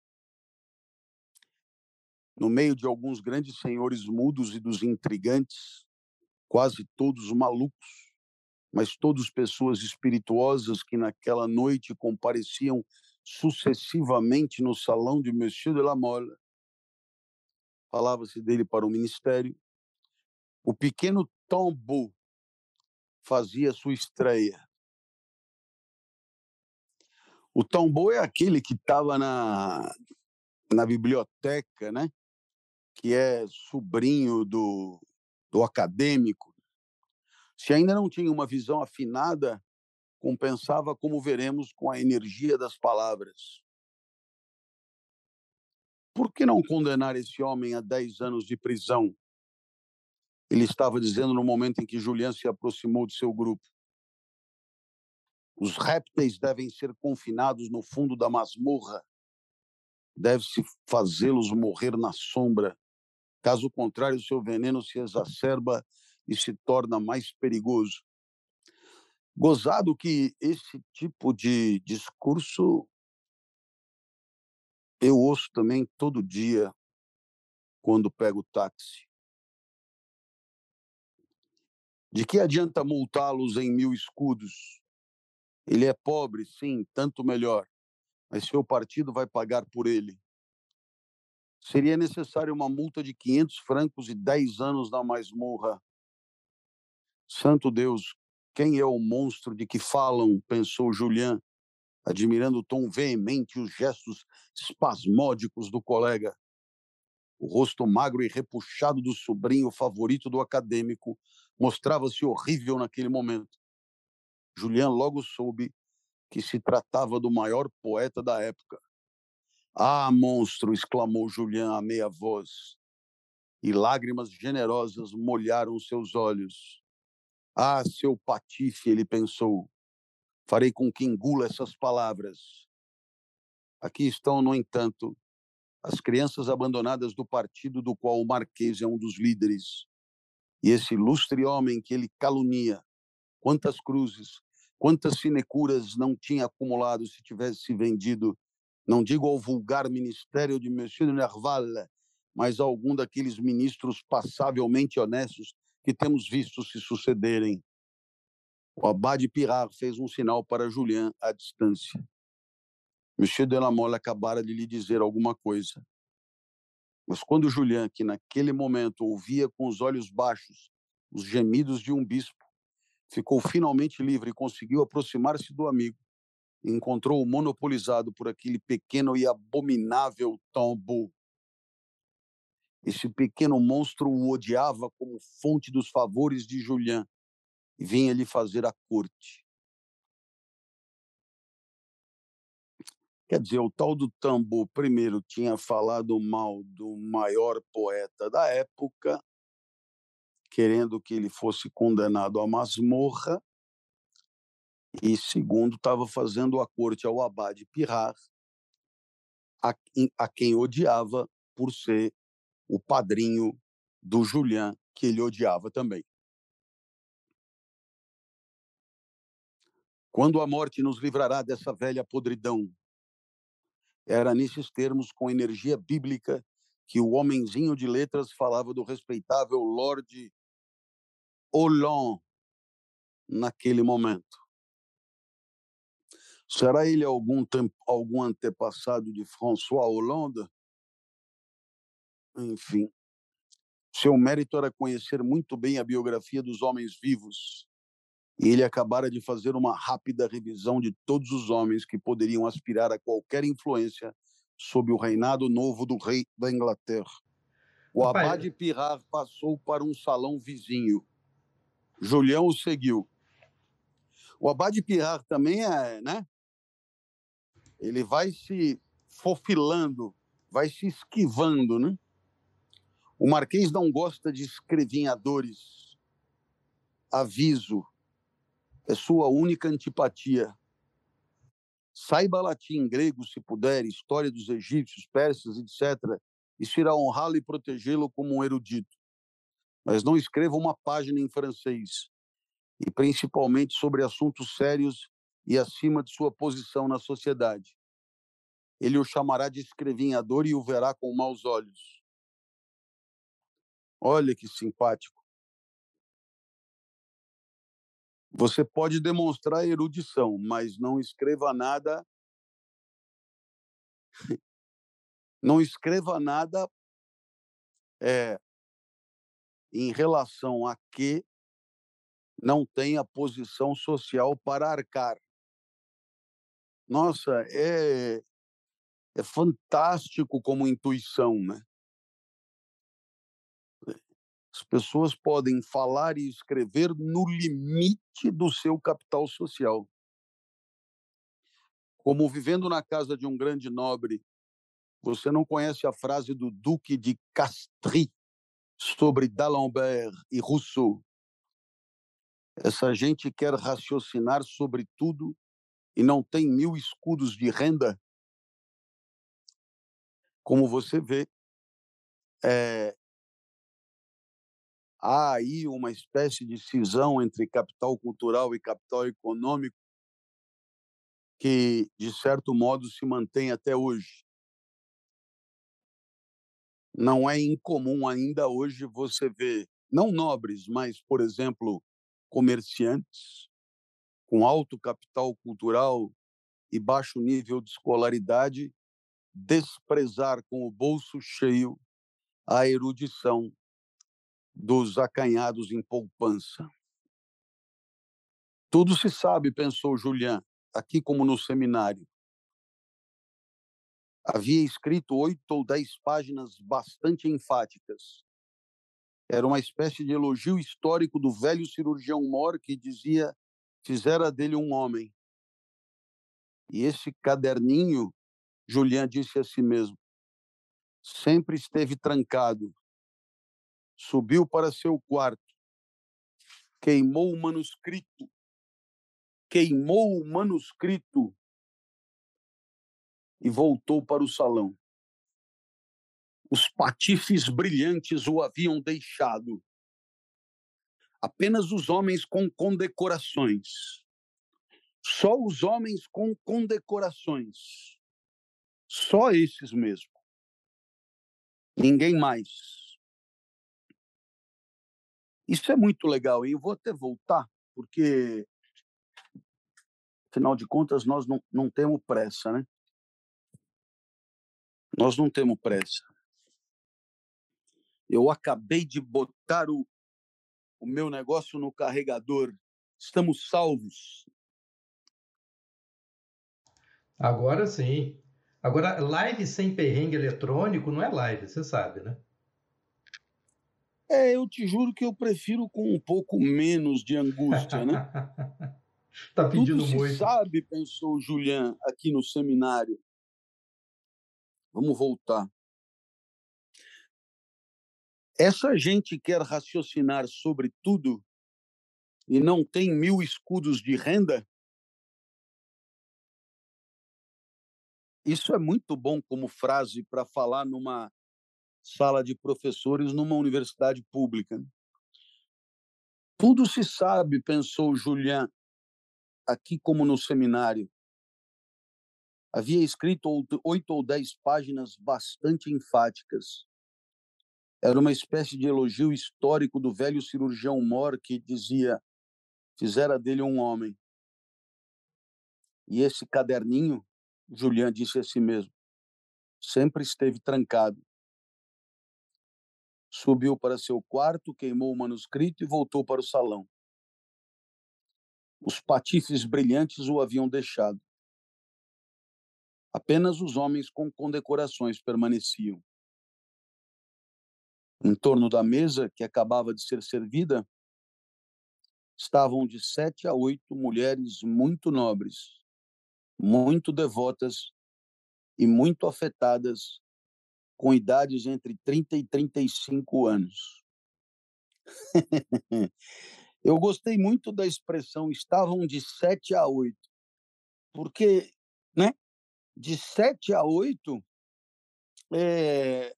No meio de alguns grandes senhores mudos e dos intrigantes, quase todos malucos, mas todos pessoas espirituosas que naquela noite compareciam sucessivamente no salão de Monsieur de la Mole. Falava-se dele para o ministério. O pequeno Tombeau fazia sua estreia. O Tombeau é aquele que estava na biblioteca, né? Que é sobrinho do acadêmico. Se ainda não tinha uma visão afinada, compensava, como veremos, com a energia das palavras. Por que não condenar esse homem a 10 anos de prisão? Ele estava dizendo no momento em que Julian se aproximou de seu grupo. Os répteis devem ser confinados no fundo da masmorra. Deve-se fazê-los morrer na sombra. Caso contrário, seu veneno se exacerba e se torna mais perigoso. Gozado que esse tipo de discurso eu ouço também todo dia quando pego táxi. De que adianta multá-los em 1000 escudos? Ele é pobre, sim, tanto melhor, mas seu partido vai pagar por ele. Seria necessário uma multa de 500 francos e 10 anos na masmorra. Santo Deus, quem é o monstro de que falam? Pensou Julian, admirando o tom veemente e os gestos espasmódicos do colega. O rosto magro e repuxado do sobrinho favorito do acadêmico mostrava-se horrível naquele momento. Julian logo soube que se tratava do maior poeta da época. Ah, monstro! Exclamou Julian a meia voz, e lágrimas generosas molharam seus olhos. Ah, seu patife, ele pensou. Farei com que engula essas palavras. Aqui estão, no entanto, as crianças abandonadas do partido do qual o Marquês é um dos líderes. E esse ilustre homem que ele calunia, quantas cruzes, quantas sinecuras não tinha acumulado se tivesse se vendido, não digo ao vulgar ministério de Monsieur de Nerval, mas a algum daqueles ministros passavelmente honestos que temos visto se sucederem. O abade Pirard fez um sinal para Julian à distância. Monsieur de la Mole acabara de lhe dizer alguma coisa. Mas quando Julian, que naquele momento ouvia com os olhos baixos os gemidos de um bispo, ficou finalmente livre e conseguiu aproximar-se do amigo, e encontrou-o monopolizado por aquele pequeno e abominável Tombeau. Esse pequeno monstro o odiava como fonte dos favores de Julian e vinha lhe fazer a corte. Quer dizer, o tal do Tambor, primeiro, tinha falado mal do maior poeta da época, querendo que ele fosse condenado à masmorra, e segundo, estava fazendo a corte ao Abade Pirrar, a quem odiava por ser o padrinho do Julian, que ele odiava também. Quando a morte nos livrará dessa velha podridão? Era nesses termos, com energia bíblica, que o homenzinho de letras falava do respeitável Lord Hollande naquele momento. Será ele algum antepassado de François Hollande? Enfim, seu mérito era conhecer muito bem a biografia dos homens vivos, e ele acabara de fazer uma rápida revisão de todos os homens que poderiam aspirar a qualquer influência sob o reinado novo do rei da Inglaterra. O Abade Pirrar passou para um salão vizinho. Julião o seguiu. O Abade Pirrar também né? Ele vai se fofilando, vai se esquivando, né? O Marquês não gosta de escrevinhadores. Aviso, é sua única antipatia. Saiba latim, grego, se puder, história dos egípcios, persas, etc. Isso irá honrá-lo e protegê-lo como um erudito. Mas não escreva uma página em francês, e principalmente sobre assuntos sérios e acima de sua posição na sociedade. Ele o chamará de escrevinhador e o verá com maus olhos. Olha que simpático. Você pode demonstrar erudição, mas não escreva nada. Não escreva nada em relação a que não tenha posição social para arcar. Nossa, é fantástico como intuição, né? As pessoas podem falar e escrever no limite do seu capital social. Como vivendo na casa de um grande nobre, você não conhece a frase do Duque de Castries sobre D'Alembert e Rousseau. Essa gente quer raciocinar sobre tudo e não tem 1000 escudos de renda. Como você vê, há aí uma espécie de cisão entre capital cultural e capital econômico que, de certo modo, se mantém até hoje. Não é incomum ainda hoje você ver, não nobres, mas, por exemplo, comerciantes com alto capital cultural e baixo nível de escolaridade desprezar com o bolso cheio a erudição dos acanhados em poupança. Tudo se sabe, pensou Julian, aqui como no seminário. Havia escrito 8 ou 10 páginas bastante enfáticas. Era uma espécie de elogio histórico do velho cirurgião Mor, que dizia: fizera dele um homem. E esse caderninho, Julian disse a si mesmo, sempre esteve trancado. Subiu para seu quarto, queimou o manuscrito e voltou para o salão. Os patifes brilhantes o haviam deixado. Apenas os homens com condecorações. Só os homens com condecorações. Só esses mesmo. Ninguém mais. Isso é muito legal, e eu vou até voltar, porque, afinal de contas, nós não temos pressa, né? Nós não temos pressa. Eu acabei de botar o meu negócio no carregador. Estamos salvos. Agora sim. Agora, live sem perrengue eletrônico não é live, você sabe, né? Eu te juro que eu prefiro com um pouco menos de angústia, né? Tá Tudo pedindo se muito. sabe, pensou Julian aqui no seminário. Vamos voltar. Essa gente quer raciocinar sobre tudo e não tem 1000 escudos de renda? Isso é muito bom como frase para falar numa sala de professores numa universidade pública. Tudo se sabe, pensou Julian, aqui como no seminário. Havia escrito 8 ou 10 páginas bastante enfáticas. Era uma espécie de elogio histórico do velho cirurgião Mor, que dizia: fizera dele um homem. E esse caderninho, Julian disse a si mesmo, sempre esteve trancado. Subiu para seu quarto, queimou o manuscrito e voltou para o salão. Os patifes brilhantes o haviam deixado. Apenas os homens com condecorações permaneciam. Em torno da mesa, que acabava de ser servida, estavam de 7 a 8 mulheres muito nobres, muito devotas e muito afetadas, com idades entre 30 e 35 anos. Eu gostei muito da expressão estavam de 7 a 8, porque, né, de 7 a 8 é,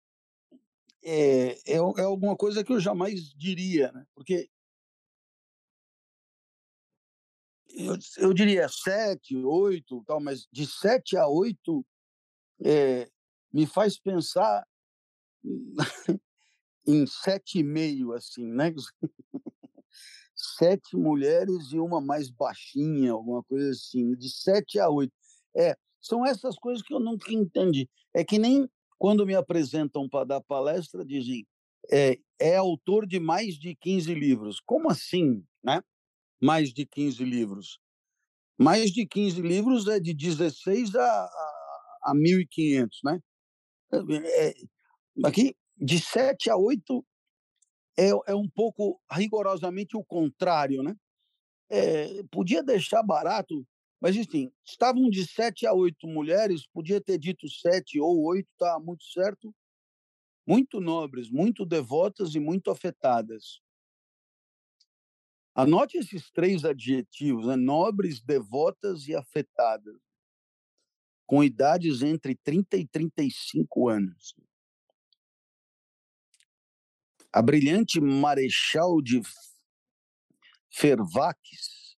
é alguma coisa que eu jamais diria, né? Porque eu diria 7, 8, tal, mas de 7 a 8 me faz pensar em 7,5, assim, né? 7 mulheres e uma mais baixinha, alguma coisa assim, de 7 a 8. São essas coisas que eu nunca entendi. É que nem quando me apresentam para dar palestra, dizem, é autor de mais de 15 livros. Como assim, né? Mais de 15 livros. Mais de 15 livros é de 16 a 1.500, né? É, aqui, de 7 a 8 é um pouco rigorosamente o contrário, né? Podia deixar barato, mas enfim, estavam de 7 a 8 mulheres, podia ter dito 7 ou 8, tá muito certo, muito nobres, muito devotas e muito afetadas. Anote esses 3 adjetivos, né? Nobres, devotas e afetadas, com idades entre 30 e 35 anos. A brilhante Marechal de Fervaques,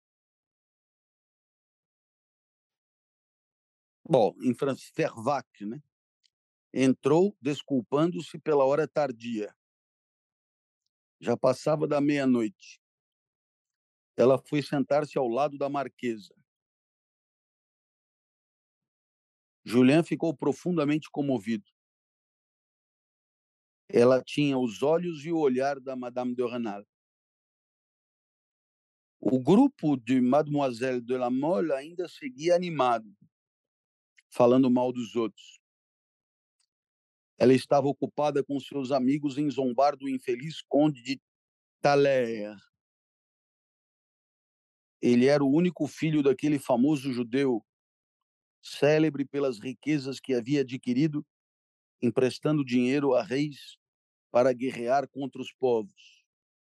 bom, em francês, Fervaques, né? Entrou desculpando-se pela hora tardia. Já passava da meia-noite. Ela foi sentar-se ao lado da marquesa. Julien ficou profundamente comovido. Ela tinha os olhos e o olhar da Madame de Renal. O grupo de Mademoiselle de la Mole ainda seguia animado, falando mal dos outros. Ela estava ocupada com seus amigos em zombar do infeliz conde de Thaler. Ele era o único filho daquele famoso judeu, célebre pelas riquezas que havia adquirido, emprestando dinheiro a reis para guerrear contra os povos.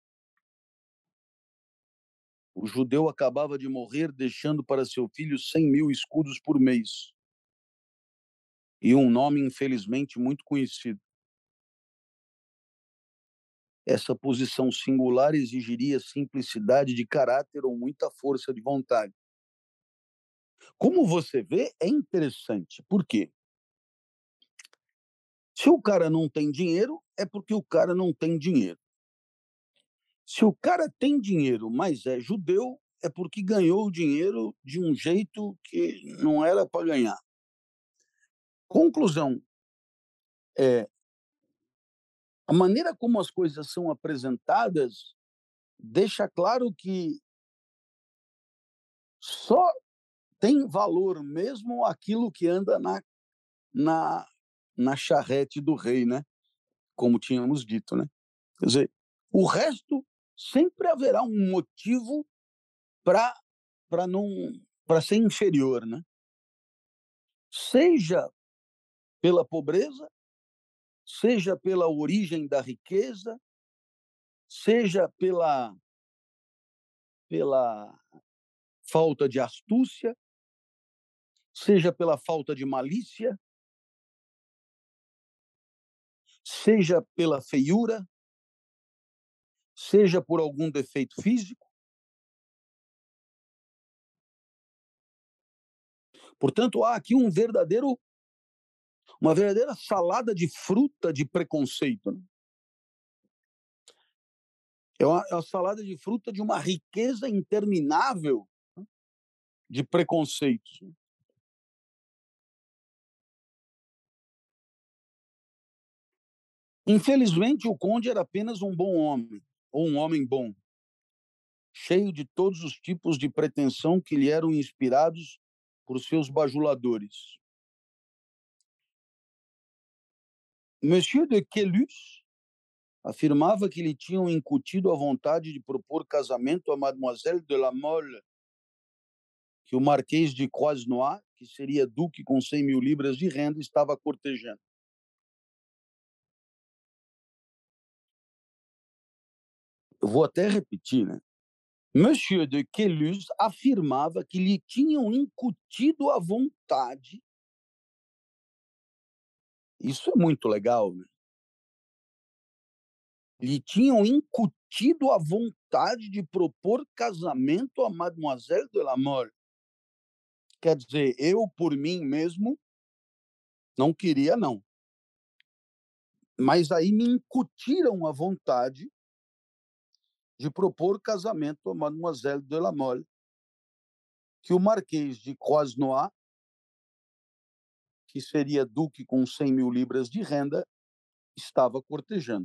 O judeu acabava de morrer, deixando para seu filho 100.000 escudos por mês. E um nome, infelizmente, muito conhecido. Essa posição singular exigiria simplicidade de caráter ou muita força de vontade. Como você vê, é interessante. Por quê? Se o cara não tem dinheiro, é porque o cara não tem dinheiro. Se o cara tem dinheiro, mas é judeu, é porque ganhou o dinheiro de um jeito que não era para ganhar. Conclusão, a maneira como as coisas são apresentadas deixa claro que só tem valor mesmo aquilo que anda na, na charrete do rei, né? Como tínhamos dito, né? Quer dizer, o resto sempre haverá um motivo para não para ser inferior, né? Seja pela pobreza, seja pela origem da riqueza, seja pela falta de astúcia, seja pela falta de malícia, seja pela feiura, seja por algum defeito físico. Portanto, há aqui uma verdadeira salada de fruta de preconceito, né? É uma salada de fruta de uma riqueza interminável, né, de preconceitos. Infelizmente, o conde era apenas um bom homem, ou um homem bom, cheio de todos os tipos de pretensão que lhe eram inspirados por seus bajuladores. Monsieur de Quelus afirmava que lhe tinham incutido a vontade de propor casamento a Mademoiselle de la Mole, que o Marquês de Croisenois, que seria duque com 100 mil libras de renda, estava cortejando. Eu vou até repetir, né? Monsieur de Quelus afirmava que lhe tinham incutido a vontade. Isso é muito legal, né? Lhe tinham incutido a vontade de propor casamento a Mademoiselle de la Mole. Quer dizer, eu, por mim mesmo, não queria, não. Mas aí me incutiram a vontade de propor casamento a Mademoiselle de la Mole, que o Marquês de Croisenois, que seria duque com 100 mil libras de renda, estava cortejando.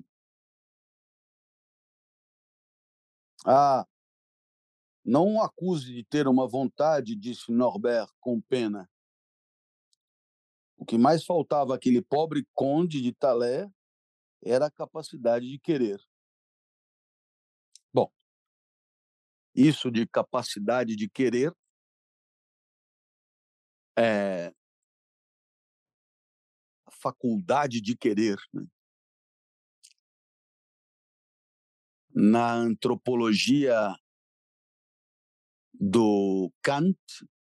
Ah, não o acuse de ter uma vontade, disse Norbert com pena. O que mais faltava àquele pobre conde de Talé era a capacidade de querer. Bom, isso de capacidade de querer é a faculdade de querer, né? Na antropologia do Kant,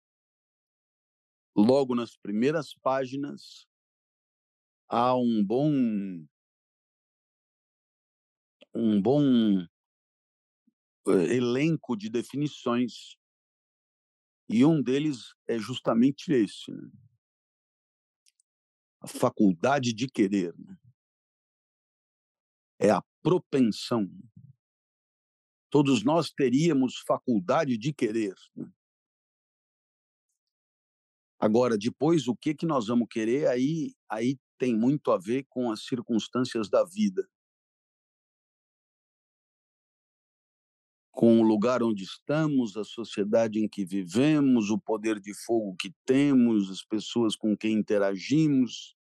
logo nas primeiras páginas, há um bom elenco de definições, e um deles é justamente esse, né? A faculdade de querer, né? É a propensão. Todos nós teríamos faculdade de querer, né? Agora, depois, o que nós vamos querer, aí tem muito a ver com as circunstâncias da vida, com o lugar onde estamos, a sociedade em que vivemos, o poder de fogo que temos, as pessoas com quem interagimos.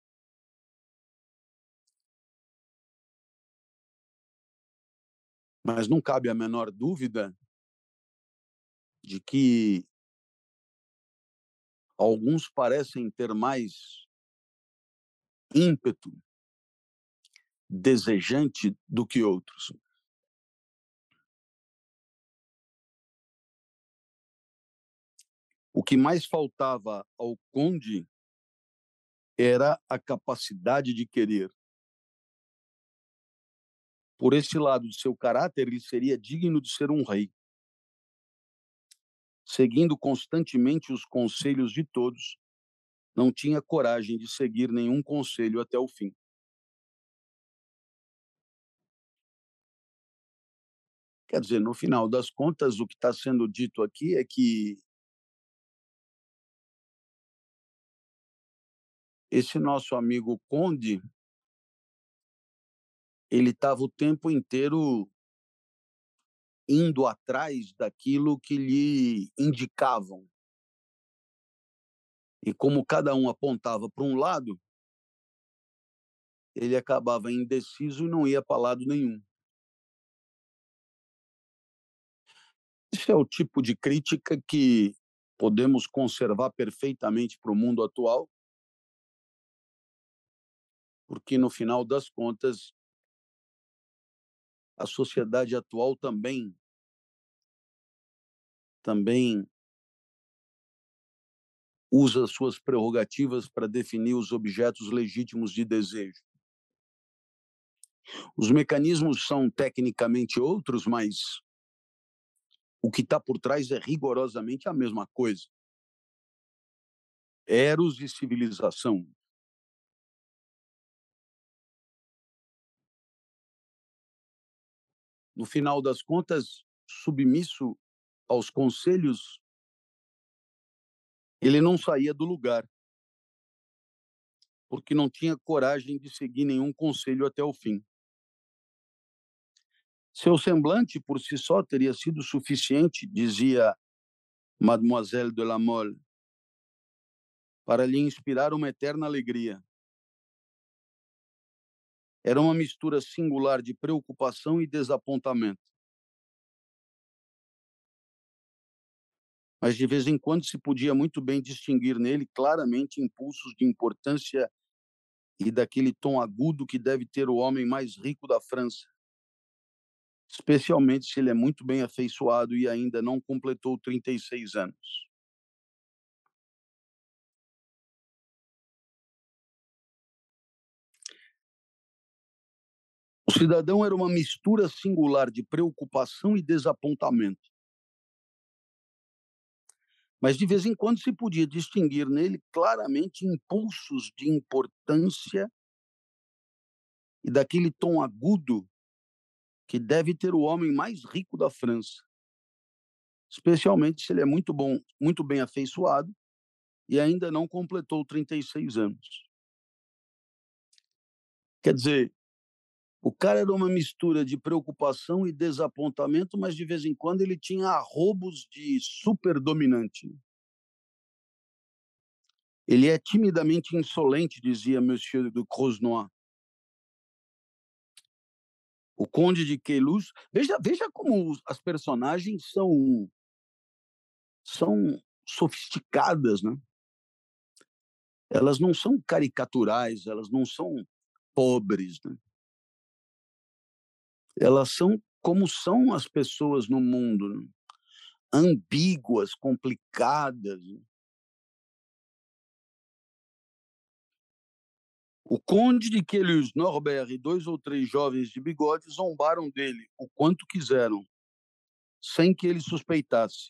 Mas não cabe a menor dúvida de que alguns parecem ter mais ímpeto desejante do que outros. O que mais faltava ao conde era a capacidade de querer. Por esse lado do seu caráter, ele seria digno de ser um rei, seguindo constantemente os conselhos de todos, não tinha coragem de seguir nenhum conselho até o fim. Quer dizer, no final das contas, o que está sendo dito aqui é que esse nosso amigo Conde, ele estava o tempo inteiro indo atrás daquilo que lhe indicavam. E como cada um apontava para um lado, ele acabava indeciso e não ia para lado nenhum. Esse é o tipo de crítica que podemos conservar perfeitamente para o mundo atual, porque no final das contas, a sociedade atual também usa suas prerrogativas para definir os objetos legítimos de desejo. Os mecanismos são tecnicamente outros, mas o que está por trás é rigorosamente a mesma coisa. Eros e civilização. No final das contas, submisso aos conselhos, ele não saía do lugar, porque não tinha coragem de seguir nenhum conselho até o fim. Seu semblante por si só teria sido suficiente, dizia Mademoiselle de la Mole, para lhe inspirar uma eterna alegria. Era uma mistura singular de preocupação e desapontamento. Mas de vez em quando se podia muito bem distinguir nele claramente impulsos de importância e daquele tom agudo que deve ter o homem mais rico da França, especialmente se ele é muito bem afeiçoado e ainda não completou 36 anos. O cidadão era uma mistura singular de preocupação e desapontamento. Mas de vez em quando se podia distinguir nele claramente impulsos de importância e daquele tom agudo que deve ter o homem mais rico da França, especialmente se ele é muito bem afeiçoado e ainda não completou 36 anos. Quer dizer, o cara era uma mistura de preocupação e desapontamento, mas de vez em quando ele tinha arrobos de super dominante. Ele é timidamente insolente, dizia Monsieur de Crosnois. O Conde de Queluz. Veja como as personagens são sofisticadas, né? Elas não são caricaturais, elas não são pobres, né? Elas são como são as pessoas no mundo, né? Ambíguas, complicadas. Né? O conde de Queluz, Norbert e 2 ou 3 jovens de bigode zombaram dele o quanto quiseram, sem que ele suspeitasse.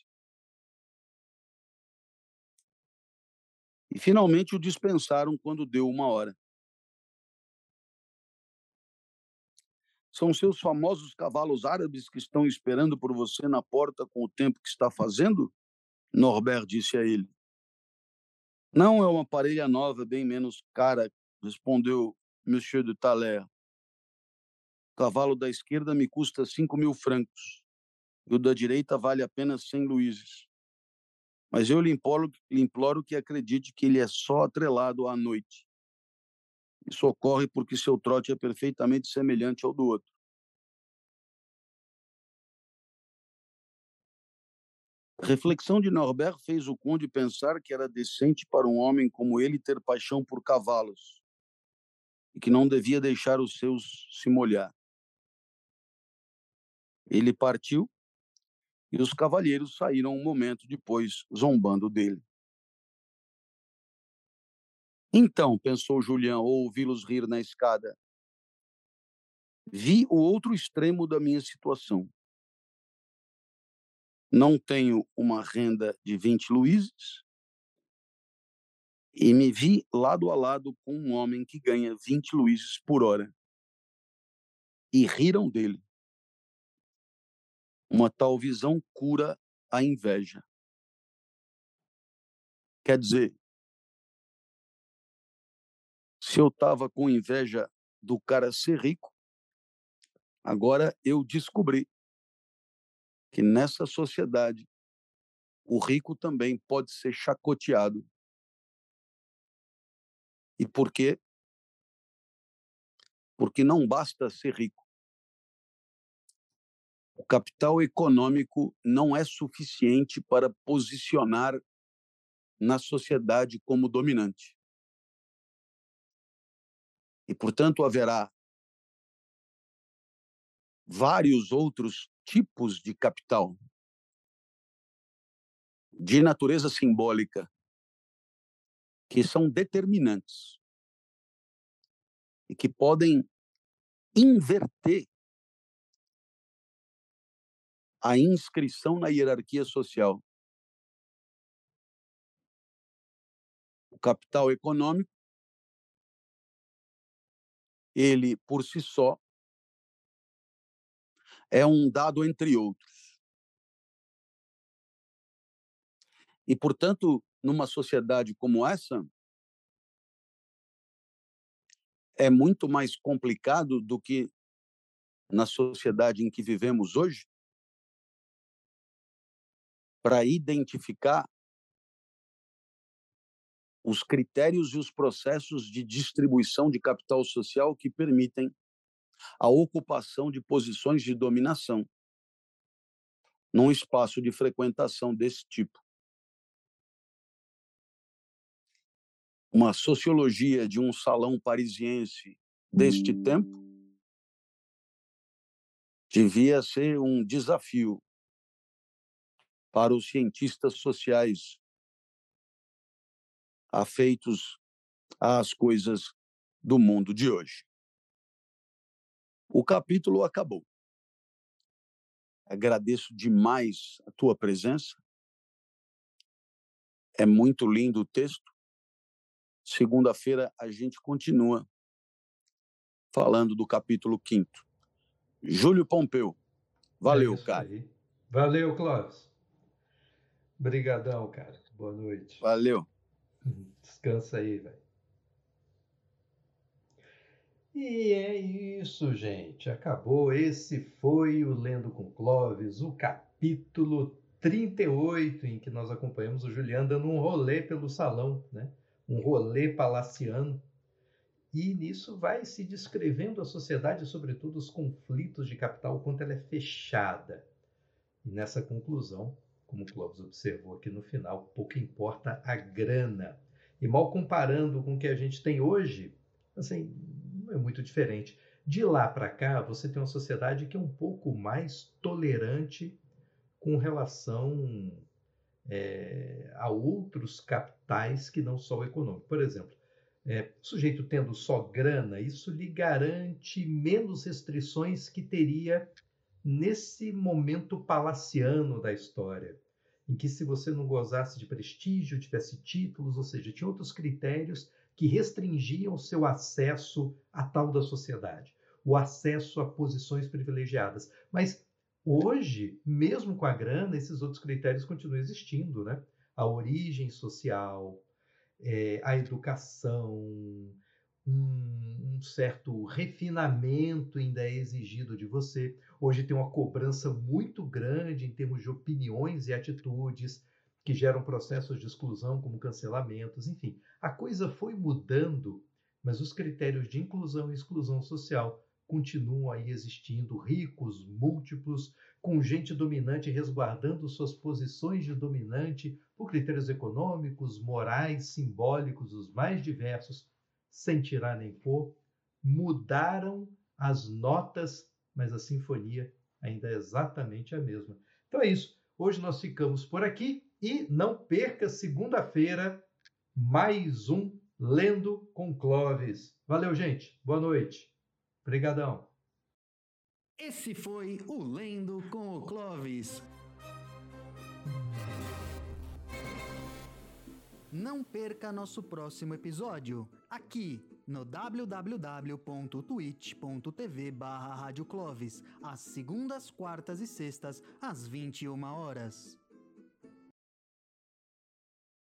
E finalmente o dispensaram quando deu 1 hora. São seus famosos cavalos árabes que estão esperando por você na porta com o tempo que está fazendo? Norbert disse a ele. Não, é uma parelha nova, bem menos cara, respondeu Monsieur de Thaler. O cavalo da esquerda me custa 5.000 francos e o da direita vale apenas 100 luíses. Mas eu lhe imploro que acredite que ele é só atrelado à noite. Isso ocorre porque seu trote é perfeitamente semelhante ao do outro. A reflexão de Norbert fez o conde pensar que era decente para um homem como ele ter paixão por cavalos e que não devia deixar os seus se molhar. Ele partiu e os cavalheiros saíram um momento depois, zombando dele. Então, pensou Julián ao ouvi-los rir na escada, vi o outro extremo da minha situação. Não tenho uma renda de 20 luíses e me vi lado a lado com um homem que ganha 20 luíses por hora. E riram dele. Uma tal visão cura a inveja. Quer dizer, se eu estava com inveja do cara ser rico, agora eu descobri que nessa sociedade o rico também pode ser chacoteado. E por quê? porque não basta ser rico. O capital econômico não é suficiente para posicionar na sociedade como dominante. E, portanto, haverá vários outros tipos de capital de natureza simbólica que são determinantes e que podem inverter a inscrição na hierarquia social. O capital econômico, ele por si só é um dado entre outros. E, portanto, numa sociedade como essa, é muito mais complicado do que na sociedade em que vivemos hoje para identificar os critérios e os processos de distribuição de capital social que permitem a ocupação de posições de dominação num espaço de frequentação desse tipo. Uma sociologia de um salão parisiense deste tempo devia ser um desafio para os cientistas sociais afeitos às coisas do mundo de hoje. O capítulo acabou. Agradeço demais a tua presença. É muito lindo o texto. Segunda-feira a gente continua falando do capítulo 5º. Júlio Pompeu. Valeu, cara. Aí. Valeu, Clóvis. Obrigadão, cara. Boa noite. Valeu. Descansa aí, velho. E é isso, gente. Acabou. Esse foi o Lendo com Clóvis, o capítulo 38, em que nós acompanhamos o Juliano dando um rolê pelo salão, né? Um rolê palaciano. E nisso vai se descrevendo a sociedade, sobretudo os conflitos de capital, o quanto ela é fechada. E nessa conclusão, como o Clóvis observou aqui no final, pouco importa a grana. E mal comparando com o que a gente tem hoje, assim, não é muito diferente. De lá para cá, você tem uma sociedade que é um pouco mais tolerante com relação a outros capitais que não só o econômico. Por exemplo, o sujeito tendo só grana, isso lhe garante menos restrições que teria nesse momento palaciano da história, em que se você não gozasse de prestígio, tivesse títulos, ou seja, tinha outros critérios que restringiam o seu acesso à tal da sociedade, o acesso a posições privilegiadas. Mas hoje, mesmo com a grana, esses outros critérios continuam existindo, né? A origem social, a educação, um certo refinamento ainda é exigido de você. Hoje tem uma cobrança muito grande em termos de opiniões e atitudes que geram processos de exclusão, como cancelamentos, enfim. A coisa foi mudando, mas os critérios de inclusão e exclusão social continuam aí existindo, ricos, múltiplos, com gente dominante resguardando suas posições de dominante por critérios econômicos, morais, simbólicos, os mais diversos, sem tirar nem pôr. Mudaram as notas, mas a sinfonia ainda é exatamente a mesma. Então é isso. Hoje nós ficamos por aqui e não perca segunda-feira mais um Lendo com Clóvis. Valeu, gente. Boa noite. Obrigadão. Esse foi o Lendo com o Clóvis. Não perca nosso próximo episódio, aqui no www.twitch.tv/Rádio Clóvis, às segundas, quartas e sextas, às 21 horas.